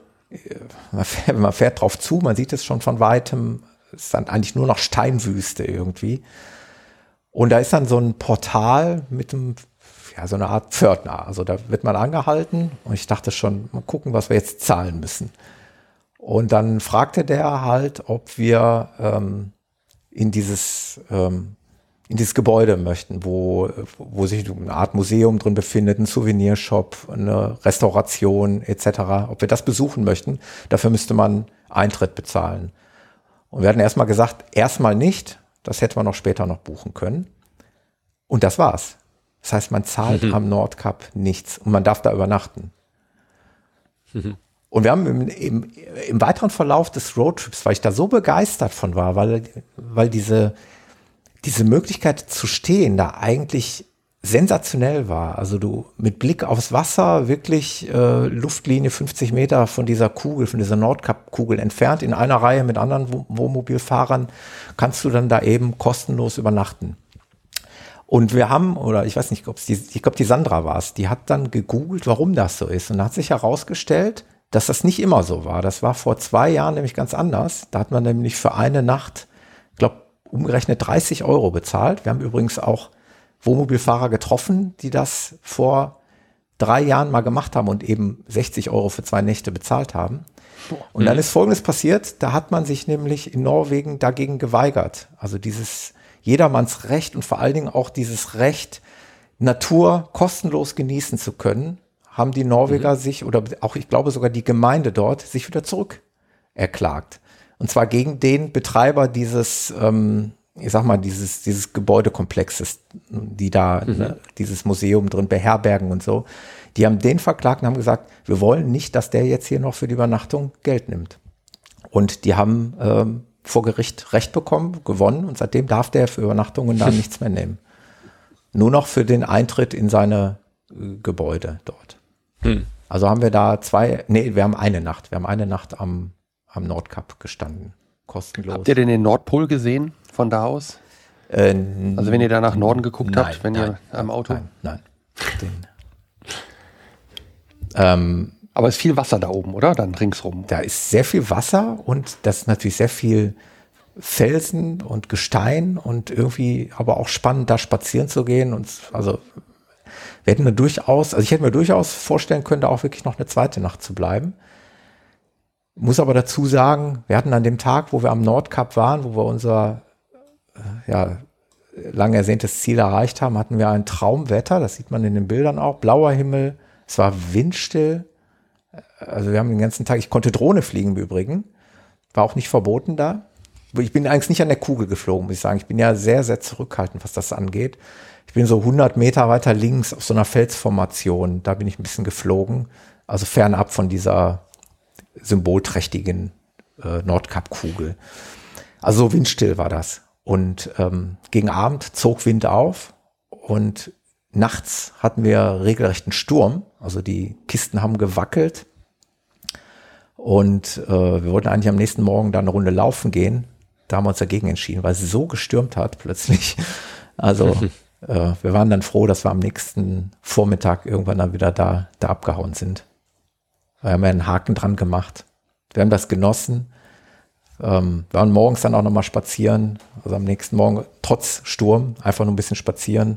drauf zu, man sieht es schon von Weitem, es ist dann eigentlich nur noch Steinwüste irgendwie. Und da ist dann so ein Portal mit so eine Art Pförtner. Also da wird man angehalten und ich dachte schon, mal gucken, was wir jetzt zahlen müssen. Und dann fragte der halt, ob wir in dieses Gebäude möchten, wo sich eine Art Museum drin befindet, ein Souvenirshop, eine Restauration etc., ob wir das besuchen möchten. Dafür müsste man Eintritt bezahlen. Und wir hatten erstmal gesagt, erstmal nicht, das hätte man noch später noch buchen können. Und das war's. Das heißt, man zahlt am Nordkap nichts und man darf da übernachten. Und wir haben im weiteren Verlauf des Roadtrips, weil ich da so begeistert von war, weil diese Möglichkeit zu stehen da eigentlich sensationell war. Also du mit Blick aufs Wasser wirklich Luftlinie 50 Meter von dieser Nordkap-Kugel entfernt, in einer Reihe mit anderen Wohnmobilfahrern, kannst du dann da eben kostenlos übernachten. Und wir haben, oder ich weiß nicht, ich glaube die Sandra war es, die hat dann gegoogelt, warum das so ist. Und da hat sich herausgestellt, dass das nicht immer so war. Das war vor 2 Jahren nämlich ganz anders. Da hat man nämlich für eine Nacht, ich glaube, umgerechnet 30 € bezahlt. Wir haben übrigens auch Wohnmobilfahrer getroffen, die das vor 3 Jahren mal gemacht haben und eben 60 € für 2 Nächte bezahlt haben. Und dann ist Folgendes passiert, da hat man sich nämlich in Norwegen dagegen geweigert. Also dieses jedermanns Recht und vor allen Dingen auch dieses Recht, Natur kostenlos genießen zu können, haben die Norweger sich, oder auch ich glaube sogar die Gemeinde dort, sich wieder zurück erklagt. Und zwar gegen den Betreiber dieses, dieses Gebäudekomplexes, die da dieses Museum drin beherbergen und so. Die haben den verklagt und haben gesagt, wir wollen nicht, dass der jetzt hier noch für die Übernachtung Geld nimmt. Und die haben vor Gericht Recht bekommen, gewonnen und seitdem darf der für Übernachtungen da nichts mehr nehmen. Nur noch für den Eintritt in seine Gebäude dort. Also haben wir da wir haben eine Nacht. Wir haben eine Nacht am Nordkap gestanden. Kostenlos. Habt ihr denn den Nordpol gesehen von da aus? Also wenn ihr da nach Norden geguckt habt, ihr am Auto? Nein. Aber es ist viel Wasser da oben, oder? Dann ringsrum. Da ist sehr viel Wasser und das ist natürlich sehr viel Felsen und Gestein und irgendwie aber auch spannend, da spazieren zu gehen. Und also ich hätte mir durchaus vorstellen können, da auch wirklich noch eine zweite Nacht zu bleiben. Muss aber dazu sagen, wir hatten an dem Tag, wo wir am Nordkap waren, wo wir unser lang ersehntes Ziel erreicht haben, hatten wir ein Traumwetter, das sieht man in den Bildern auch, blauer Himmel, es war windstill, also wir haben den ganzen Tag, ich konnte Drohne fliegen im Übrigen, war auch nicht verboten da. Ich bin eigentlich nicht an der Kugel geflogen, muss ich sagen, ich bin ja sehr, sehr zurückhaltend, was das angeht. Ich bin so 100 Meter weiter links auf so einer Felsformation, da bin ich ein bisschen geflogen, also fernab von dieser symbolträchtigen Nordkap-Kugel. Also windstill war das. Und gegen Abend zog Wind auf und nachts hatten wir regelrechten Sturm. Also die Pisten haben gewackelt und wir wollten eigentlich am nächsten Morgen da eine Runde laufen gehen. Da haben wir uns dagegen entschieden, weil es so gestürmt hat plötzlich. Also wir waren dann froh, dass wir am nächsten Vormittag irgendwann dann wieder da abgehauen sind. Wir haben ja einen Haken dran gemacht. Wir haben das genossen. Wir waren morgens dann auch nochmal spazieren. Also am nächsten Morgen, trotz Sturm, einfach nur ein bisschen spazieren.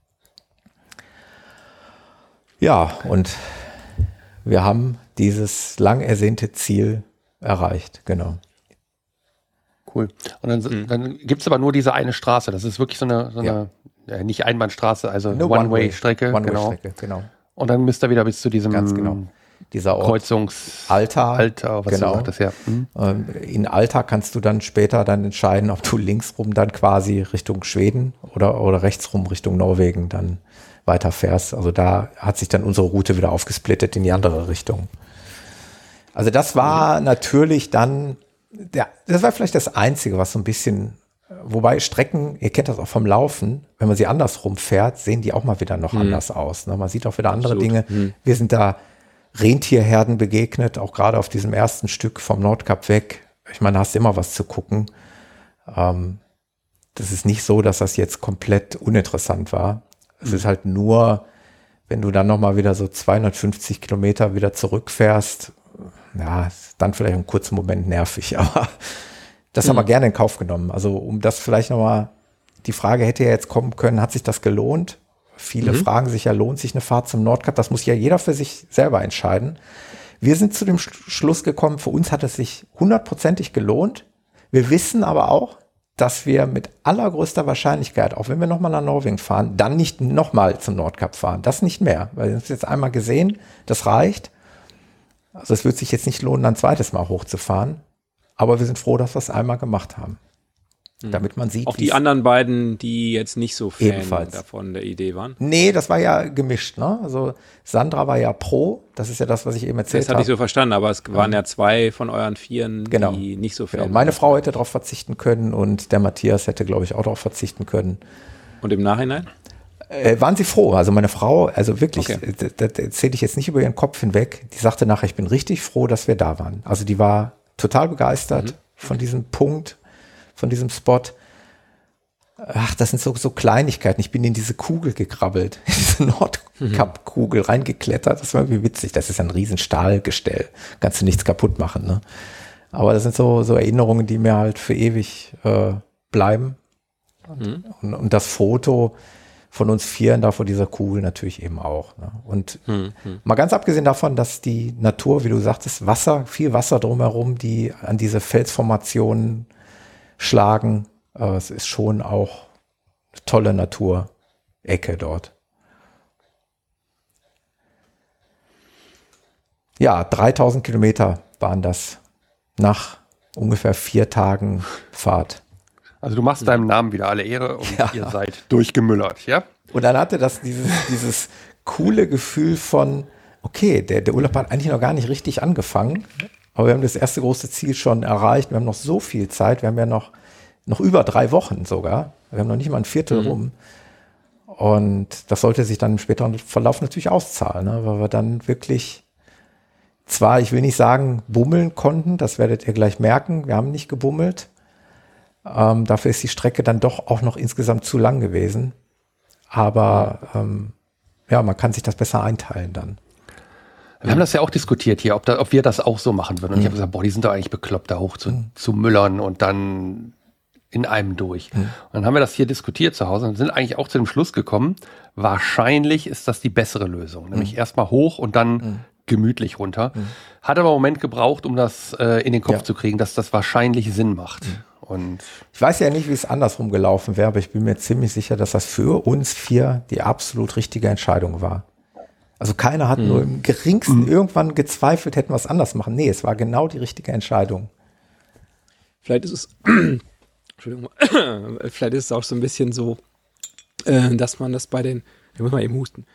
Ja, und wir haben dieses lang ersehnte Ziel erreicht, genau. Cool. Und dann gibt es aber nur diese eine Straße. Das ist wirklich so eine nicht Einbahnstraße, also eine One-Way-Strecke. One-Way-Strecke, genau. Und dann müsst ihr wieder bis zu diesem ganz genau. Dieser Ort, Altar, was genau. du sagtest, ja. In Altar kannst du dann später dann entscheiden, ob du links rum dann quasi Richtung Schweden oder rechts rum Richtung Norwegen dann weiterfährst. Also da hat sich dann unsere Route wieder aufgesplittet in die andere Richtung. Also das war natürlich dann, das war vielleicht das Einzige, was so ein bisschen, wobei Strecken, ihr kennt das auch vom Laufen, wenn man sie andersrum fährt, sehen die auch mal wieder noch anders aus. Ne? Man sieht auch wieder andere Dinge. Wir sind da Rentierherden begegnet, auch gerade auf diesem ersten Stück vom Nordkap weg. Ich meine, da hast du immer was zu gucken. Das ist nicht so, dass das jetzt komplett uninteressant war. Es ist halt nur, wenn du dann nochmal wieder so 250 Kilometer wieder zurückfährst, ja, ist dann vielleicht einen kurzen Moment nervig, aber das haben wir gerne in Kauf genommen. Also um das vielleicht nochmal, die Frage hätte ja jetzt kommen können, hat sich das gelohnt? Viele fragen sich ja, lohnt sich eine Fahrt zum Nordkap? Das muss ja jeder für sich selber entscheiden. Wir sind zu dem Schluss gekommen, für uns hat es sich 100%ig gelohnt. Wir wissen aber auch, dass wir mit allergrößter Wahrscheinlichkeit, auch wenn wir nochmal nach Norwegen fahren, dann nicht nochmal zum Nordkap fahren. Das nicht mehr, weil wir haben es jetzt einmal gesehen, das reicht. Also es wird sich jetzt nicht lohnen, ein zweites Mal hochzufahren. Aber wir sind froh, dass wir es einmal gemacht haben. Damit man sieht, auch die anderen beiden, die jetzt nicht so Fan ebenfalls davon der Idee waren? Nee, das war ja gemischt, ne? Also Sandra war ja pro, das ist ja das, was ich eben erzählt habe. Das hatte ich so verstanden, aber es waren ja 2 von euren 4, die nicht so Fan waren. Meine Frau hätte darauf verzichten können und der Matthias hätte, glaube ich, auch darauf verzichten können. Und im Nachhinein? Waren sie froh. Also meine Frau, also wirklich, das erzähle ich jetzt nicht über ihren Kopf hinweg, die sagte nachher, ich bin richtig froh, dass wir da waren. Also die war total begeistert von diesem Punkt, von diesem Spot. Ach, das sind so Kleinigkeiten. Ich bin in diese Kugel gekrabbelt, in diese Nordkap-Kugel reingeklettert. Das war irgendwie witzig. Das ist ein riesen Stahlgestell. Kannst du nichts kaputt machen, ne? Aber das sind so Erinnerungen, die mir halt für ewig bleiben. Und das Foto von uns 4 da vor dieser Kugel natürlich eben auch. Ne? Und mal ganz abgesehen davon, dass die Natur, wie du sagtest, viel Wasser drumherum, die an diese Felsformationen schlagen. Es ist schon auch eine tolle Naturecke dort. Ja, 3000 Kilometer waren das nach ungefähr 4 Tagen Fahrt. Also du machst deinem Namen wieder alle Ehre und ihr seid durchgemüllert, ja? Und dann hatte das dieses coole Gefühl von, okay, der Urlaub hat eigentlich noch gar nicht richtig angefangen. Aber wir haben das erste große Ziel schon erreicht. Wir haben noch so viel Zeit. Wir haben ja noch über 3 Wochen sogar. Wir haben noch nicht mal ein Viertel rum. Und das sollte sich dann im späteren Verlauf natürlich auszahlen, ne? Weil wir dann wirklich zwar, ich will nicht sagen, bummeln konnten, das werdet ihr gleich merken. Wir haben nicht gebummelt. Dafür ist die Strecke dann doch auch noch insgesamt zu lang gewesen. Aber man kann sich das besser einteilen dann. Wir haben das ja auch diskutiert hier, ob wir das auch so machen würden. Und ich habe gesagt, die sind doch eigentlich bekloppt, da hoch zu müllern und dann in einem durch. Und dann haben wir das hier diskutiert zu Hause und sind eigentlich auch zu dem Schluss gekommen, wahrscheinlich ist das die bessere Lösung. Nämlich erstmal hoch und dann gemütlich runter. Hat aber einen Moment gebraucht, um das in den Kopf zu kriegen, dass das wahrscheinlich Sinn macht. Und ich weiß ja nicht, wie es andersrum gelaufen wäre, aber ich bin mir ziemlich sicher, dass das für uns 4 die absolut richtige Entscheidung war. Also keiner hat nur im geringsten irgendwann gezweifelt, hätten wir es anders machen. Nee, es war genau die richtige Entscheidung. Vielleicht ist es, Entschuldigung, vielleicht ist es auch so ein bisschen so, dass man das bei den, ich muss mal eben husten.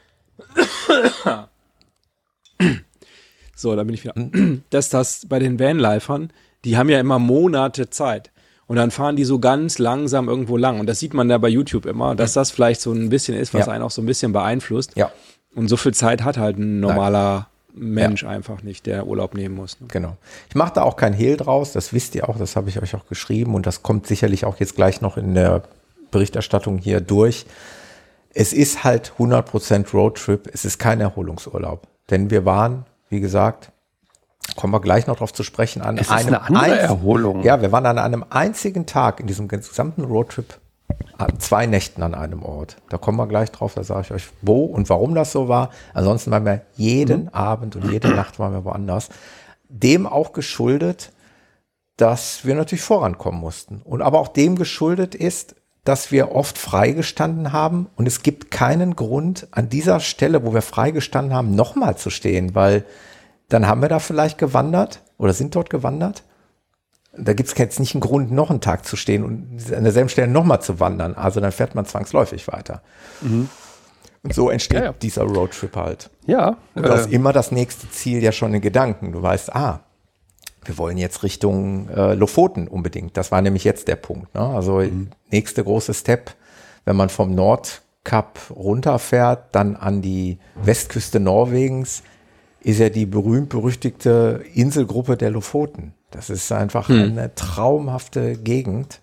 So, da bin ich wieder. Dass das bei den Vanlifern, die haben ja immer Monate Zeit. Und dann fahren die so ganz langsam irgendwo lang. Und das sieht man ja bei YouTube immer, dass das vielleicht so ein bisschen ist, was einen auch so ein bisschen beeinflusst. Ja. Und so viel Zeit hat halt ein normaler Mensch einfach nicht, der Urlaub nehmen muss. Ne? Genau. Ich mache da auch kein Hehl draus, das wisst ihr auch, das habe ich euch auch geschrieben und das kommt sicherlich auch jetzt gleich noch in der Berichterstattung hier durch. Es ist halt 100% Roadtrip, es ist kein Erholungsurlaub. Denn wir waren, wie gesagt, kommen wir gleich noch drauf zu sprechen, an es ist eine andere Erholung. Ja, wir waren an einem einzigen Tag in diesem gesamten Roadtrip an 2 Nächten an einem Ort. Da kommen wir gleich drauf, da sage ich euch, wo und warum das so war. Ansonsten waren wir jeden Abend und jede Nacht waren wir woanders. Dem auch geschuldet, dass wir natürlich vorankommen mussten. Und aber auch dem geschuldet ist, dass wir oft freigestanden haben. Und es gibt keinen Grund, an dieser Stelle, wo wir freigestanden haben, nochmal zu stehen, weil dann haben wir da vielleicht gewandert oder sind dort gewandert. Da gibt es jetzt nicht einen Grund, noch einen Tag zu stehen und an derselben Stelle nochmal zu wandern. Also dann fährt man zwangsläufig weiter. Und so entsteht dieser Roadtrip halt. Ja. Und du hast immer das nächste Ziel ja schon in Gedanken. Du weißt, wir wollen jetzt Richtung Lofoten unbedingt. Das war nämlich jetzt der Punkt. Ne? Also nächste große Step, wenn man vom Nordkap runterfährt, dann an die Westküste Norwegens, ist ja die berühmt-berüchtigte Inselgruppe der Lofoten. Das ist einfach eine traumhafte Gegend.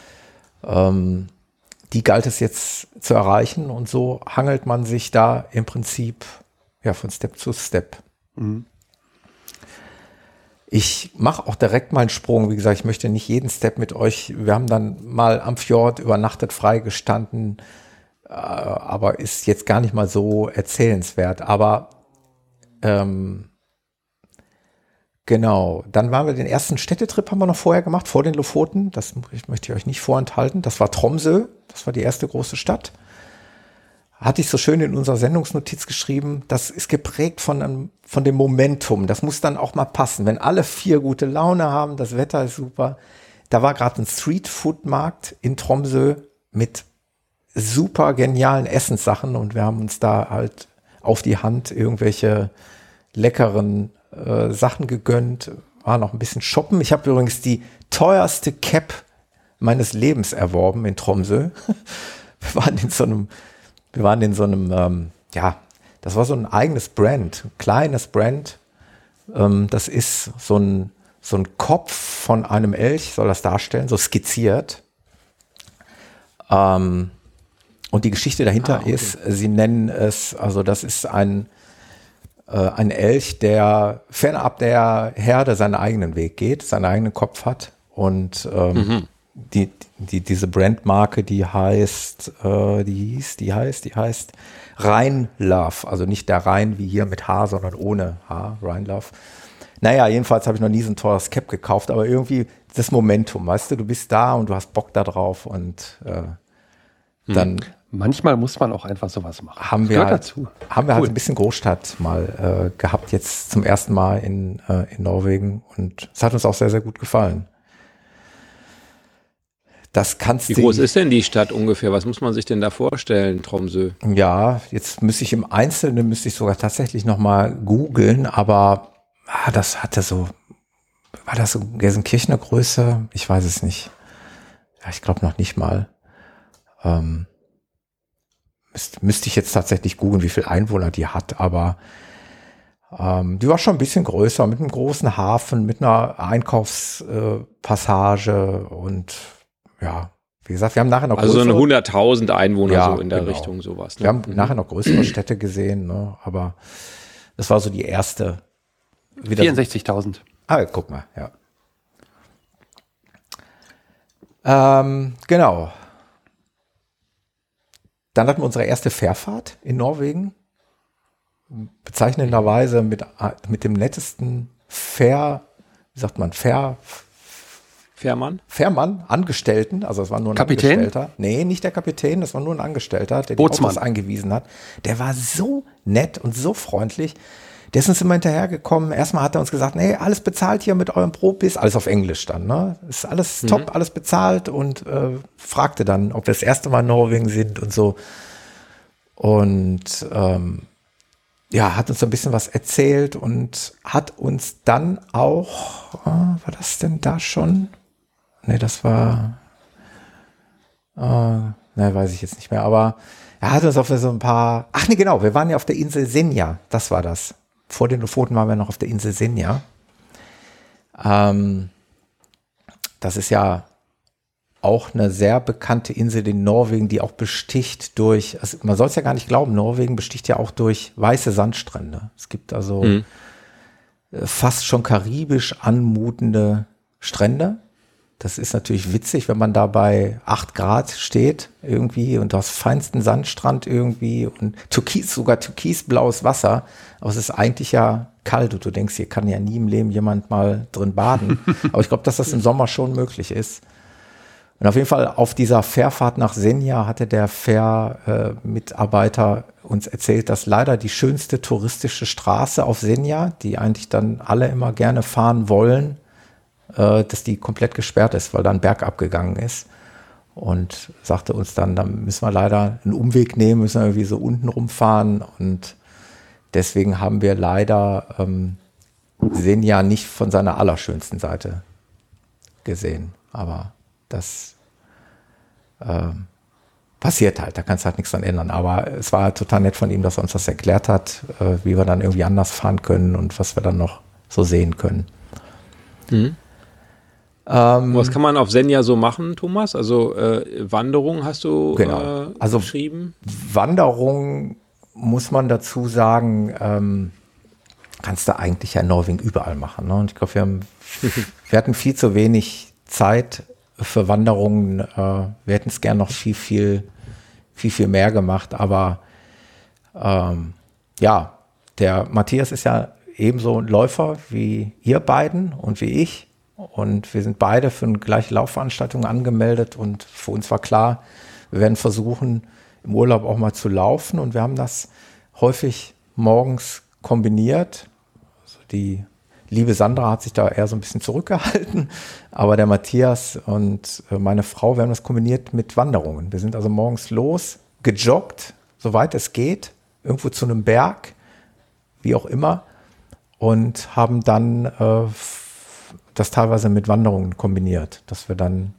Die galt es jetzt zu erreichen und so hangelt man sich da im Prinzip von Step zu Step. Ich mache auch direkt mal einen Sprung. Wie gesagt, ich möchte nicht jeden Step mit euch. Wir haben dann mal am Fjord übernachtet, freigestanden, aber ist jetzt gar nicht mal so erzählenswert. Aber genau, dann waren wir den ersten Städtetrip haben wir noch vorher gemacht, vor den Lofoten. Das möchte ich euch nicht vorenthalten. Das war Tromsø, das war die erste große Stadt. Hatte ich so schön in unserer Sendungsnotiz geschrieben, das ist geprägt von dem Momentum. Das muss dann auch mal passen. Wenn alle 4 gute Laune haben, das Wetter ist super. Da war gerade ein Streetfood-Markt in Tromsø mit super genialen Essenssachen und wir haben uns da halt auf die Hand irgendwelche leckeren Sachen gegönnt, war noch ein bisschen shoppen. Ich habe übrigens die teuerste Cap meines Lebens erworben in Tromsø. Wir waren in so einem, das war so ein eigenes Brand, ein kleines Brand. Das ist so ein Kopf von einem Elch, soll das darstellen, so skizziert. Und die Geschichte dahinter ist, sie nennen es, also das ist ein Elch, der fernab der Herde seinen eigenen Weg geht, seinen eigenen Kopf hat und diese Brandmarke, die heißt Rhein Love, also nicht der Rhein wie hier mit H, sondern ohne H, Rhein Love. Naja, jedenfalls habe ich noch nie so ein teures Cap gekauft, aber irgendwie das Momentum, weißt du bist da und du hast Bock da drauf und dann manchmal muss man auch einfach sowas machen. Haben wir halt ein bisschen Großstadt mal gehabt, jetzt zum ersten Mal in Norwegen und es hat uns auch sehr, sehr gut gefallen. Wie groß ist denn die Stadt ungefähr? Was muss man sich denn da vorstellen, Tromsø? Ja, jetzt müsste ich im Einzelnen sogar tatsächlich nochmal googeln, aber das hatte so war das so Gelsenkirchener Größe? Ich weiß es nicht. Ja, ich glaube noch nicht mal. Müsste ich jetzt tatsächlich googeln, wie viel Einwohner die hat, aber die war schon ein bisschen größer, mit einem großen Hafen, mit einer Einkaufspassage und ja, wie gesagt, wir haben nachher noch also so eine 100.000 Einwohner ja, so in der genau. Richtung sowas. Ne? Wir haben nachher noch größere Städte gesehen, ne? Aber das war so die erste. 64.000. Guck mal, ja. Genau. Dann hatten wir unsere erste Fährfahrt in Norwegen. Bezeichnenderweise mit dem nettesten Fährmann, Angestellten, also es war nur ein Kapitän? Angestellter. Nee, nicht der Kapitän, das war nur ein Angestellter, der die Bootsmann. Autos eingewiesen hat. Der war so nett und so freundlich. Der ist uns immer hinterhergekommen. Erstmal hat er uns gesagt, nee, alles bezahlt hier mit eurem Probis, alles auf Englisch dann, ne? Ist alles top, alles bezahlt und fragte dann, ob wir das erste Mal in Norwegen sind und so. Und ja, hat uns so ein bisschen was erzählt und hat uns dann auch, war das denn da schon? Nee, das war, ne, weiß ich jetzt nicht mehr, aber er hat uns auf so ein paar, ach nee, genau, wir waren ja auf der Insel Senja, das war das. Vor den Lofoten waren wir noch auf der Insel Senja. Das ist ja auch eine sehr bekannte Insel in Norwegen, die auch besticht durch, also man soll es ja gar nicht glauben, Norwegen besticht ja auch durch weiße Sandstrände. Es gibt also fast schon karibisch anmutende Strände. Das ist natürlich witzig, wenn man da bei 8 Grad steht irgendwie und du hast feinsten Sandstrand irgendwie und sogar türkisblaues Wasser. Aber es ist eigentlich ja kalt und du denkst, hier kann ja nie im Leben jemand mal drin baden. Aber ich glaube, dass das im Sommer schon möglich ist. Und auf jeden Fall auf dieser Fährfahrt nach Senja hatte der Fährmitarbeiter uns erzählt, dass leider die schönste touristische Straße auf Senja, die eigentlich dann alle immer gerne fahren wollen, dass die komplett gesperrt ist, weil da ein Berg abgegangen ist. Und sagte uns dann, da müssen wir leider einen Umweg nehmen, müssen wir irgendwie so unten rumfahren. Und deswegen haben wir leider Senja nicht von seiner allerschönsten Seite gesehen. Aber das passiert halt, da kannst du halt nichts dran ändern. Aber es war total nett von ihm, dass er uns das erklärt hat, wie wir dann irgendwie anders fahren können und was wir dann noch so sehen können. Was kann man auf Senja so machen, Thomas? Also Wanderung hast du also geschrieben? Wanderung muss man dazu sagen, kannst du eigentlich ja in Norwegen überall machen. Ne? Und ich glaube, wir hatten viel zu wenig Zeit für Wanderungen. Wir hätten es gern noch viel mehr gemacht. Aber ja, der Matthias ist ja ebenso ein Läufer wie ihr beiden und wie ich. Und wir sind beide für eine gleiche Laufveranstaltung angemeldet. Und für uns war klar, wir werden versuchen, im Urlaub auch mal zu laufen. Und wir haben das häufig morgens kombiniert. Also die liebe Sandra hat sich da eher so ein bisschen zurückgehalten. Aber der Matthias und meine Frau, wir haben das kombiniert mit Wanderungen. Wir sind also morgens los, gejoggt, soweit es geht, irgendwo zu einem Berg, wie auch immer. Und haben dann das teilweise mit Wanderungen kombiniert, dass wir dann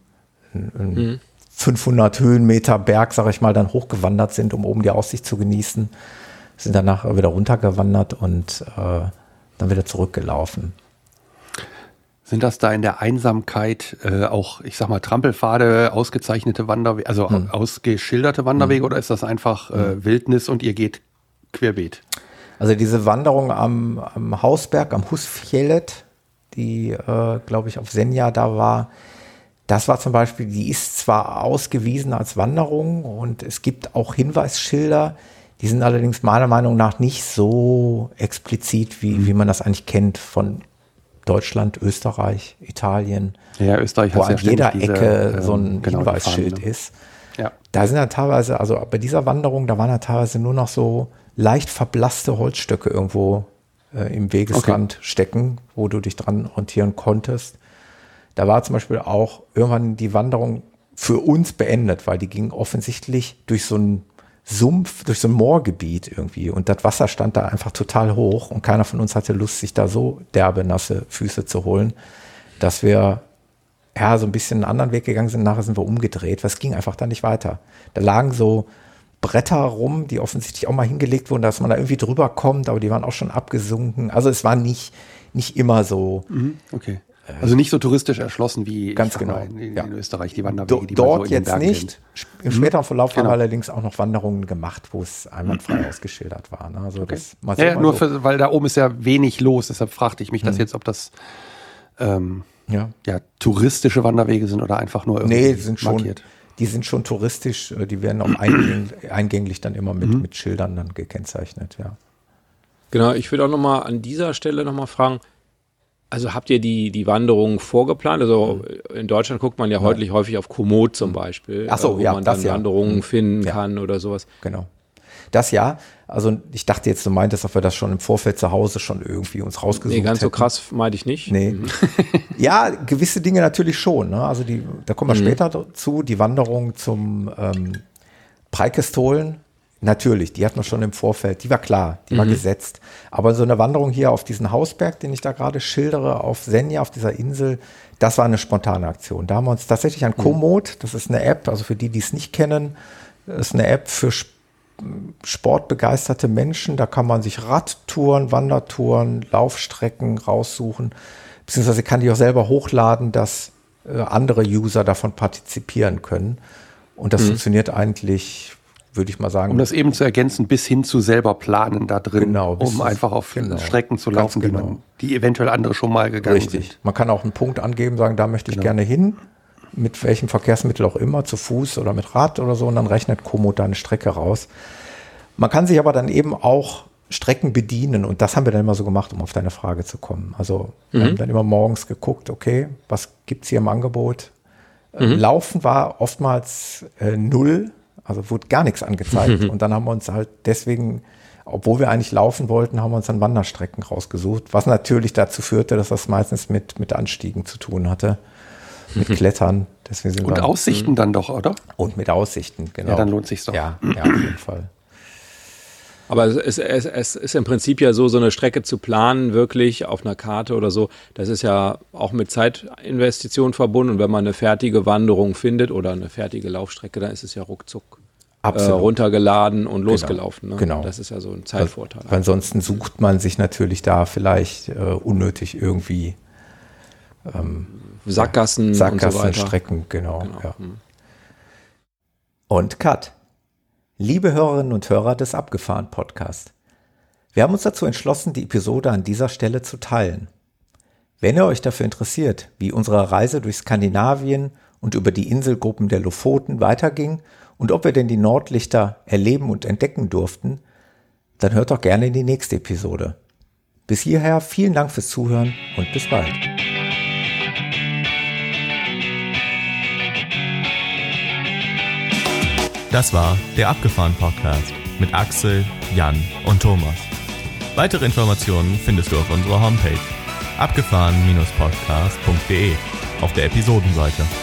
500 Höhenmeter Berg, sag ich mal, dann hochgewandert sind, um oben die Aussicht zu genießen, sind danach wieder runtergewandert und dann wieder zurückgelaufen. Sind das da in der Einsamkeit auch, ich sag mal, Trampelpfade, ausgezeichnete Wanderwege, also ausgeschilderte Wanderwege oder ist das einfach Wildnis und ihr geht querbeet? Also diese Wanderung am Hausberg, am Husfjellet, die, glaube ich, auf Senja da war, das war zum Beispiel, die ist zwar ausgewiesen als Wanderung und es gibt auch Hinweisschilder, die sind allerdings meiner Meinung nach nicht so explizit, wie man das eigentlich kennt von Deutschland, Österreich, Italien, ja, Österreich wo hat an jeder Ecke so ein Hinweisschild ist. Ja. Da sind dann teilweise, also bei dieser Wanderung, da waren dann teilweise nur noch so leicht verblasste Holzstöcke irgendwo im Wegesrand stecken, wo du dich dran orientieren konntest. Da war zum Beispiel auch irgendwann die Wanderung für uns beendet, weil die ging offensichtlich durch so ein Sumpf, durch so ein Moorgebiet irgendwie. Und das Wasser stand da einfach total hoch und keiner von uns hatte Lust, sich da so derbe, nasse Füße zu holen, dass wir so ein bisschen einen anderen Weg gegangen sind. Nachher sind wir umgedreht, weil es ging einfach da nicht weiter. Da lagen so Bretter rum, die offensichtlich auch mal hingelegt wurden, dass man da irgendwie drüber kommt, aber die waren auch schon abgesunken. Also es war nicht immer so. Okay. Also nicht so touristisch erschlossen wie ganz genau in Österreich, die Wanderwege, die dort man so in den jetzt Bergen nicht. kennt. Im späteren Verlauf haben wir allerdings auch noch Wanderungen gemacht, wo es einwandfrei ausgeschildert war. Ne? Also Okay. das mal Ja, nur so. weil da oben ist ja wenig los, deshalb fragte ich mich das jetzt, ob das touristische Wanderwege sind oder einfach nur irgendwie markiert. Die sind schon touristisch, die werden auch eingänglich dann immer mit Schildern dann gekennzeichnet, ja. Genau, ich würde auch nochmal an dieser Stelle nochmal fragen, also habt ihr die Wanderungen vorgeplant? Also in Deutschland guckt man ja häufig auf Komoot zum Beispiel, wo man dann Wanderungen finden kann oder sowas. Genau. Das ja, also ich dachte jetzt, du meintest, ob wir das schon im Vorfeld zu Hause schon irgendwie uns rausgesucht haben. Nee, ganz so krass meinte ich nicht. Nee. Ja, gewisse Dinge natürlich schon. Ne? Also da kommen wir später dazu, die Wanderung zum Preikestolen, natürlich, die hatten wir schon im Vorfeld, die war klar, die war gesetzt. Aber so eine Wanderung hier auf diesen Hausberg, den ich da gerade schildere, auf Senja, auf dieser Insel, das war eine spontane Aktion. Da haben wir uns tatsächlich an Komoot, das ist eine App, also für die es nicht kennen, das ist eine App für sportbegeisterte Menschen, da kann man sich Radtouren, Wandertouren, Laufstrecken raussuchen, beziehungsweise kann die auch selber hochladen, dass andere User davon partizipieren können. Und das funktioniert eigentlich, würde ich mal sagen. Um das eben zu ergänzen, bis hin zu selber planen da drin, Genau, um einfach auf Strecken zu laufen, die eventuell andere schon mal gegangen sind. Man kann auch einen Punkt angeben, sagen, da möchte ich gerne hin, mit welchem Verkehrsmittel auch immer, zu Fuß oder mit Rad oder so, und dann rechnet Komoot da eine Strecke raus. Man kann sich aber dann eben auch Strecken bedienen, und das haben wir dann immer so gemacht, um auf deine Frage zu kommen. Also wir haben dann immer morgens geguckt, okay, was gibt's hier im Angebot? Laufen war oftmals 0, also wurde gar nichts angezeigt. Und dann haben wir uns halt deswegen, obwohl wir eigentlich laufen wollten, haben wir uns dann Wanderstrecken rausgesucht, was natürlich dazu führte, dass das meistens mit Anstiegen zu tun hatte. Mit Klettern. Deswegen sind und Aussichten dann doch, oder? Und mit Aussichten, genau. Ja, dann lohnt sich's doch. Ja, auf jeden Fall. Aber es ist im Prinzip ja so eine Strecke zu planen, wirklich auf einer Karte oder so, das ist ja auch mit Zeitinvestition verbunden. Und wenn man eine fertige Wanderung findet oder eine fertige Laufstrecke, dann ist es ja ruckzuck runtergeladen und losgelaufen. Ne? Genau. Das ist ja so ein Zeitvorteil. Weil ansonsten sucht man sich natürlich da vielleicht unnötig irgendwie Sackgassen und so weiter. Strecken, genau. Ja. Und Cut. Liebe Hörerinnen und Hörer des Abgefahren-Podcast. Wir haben uns dazu entschlossen, die Episode an dieser Stelle zu teilen. Wenn ihr euch dafür interessiert, wie unsere Reise durch Skandinavien und über die Inselgruppen der Lofoten weiterging und ob wir denn die Nordlichter erleben und entdecken durften, dann hört doch gerne in die nächste Episode. Bis hierher vielen Dank fürs Zuhören und bis bald. Das war der Abgefahren-Podcast mit Axel, Jan und Thomas. Weitere Informationen findest du auf unserer Homepage abgefahren-podcast.de auf der Episodenseite.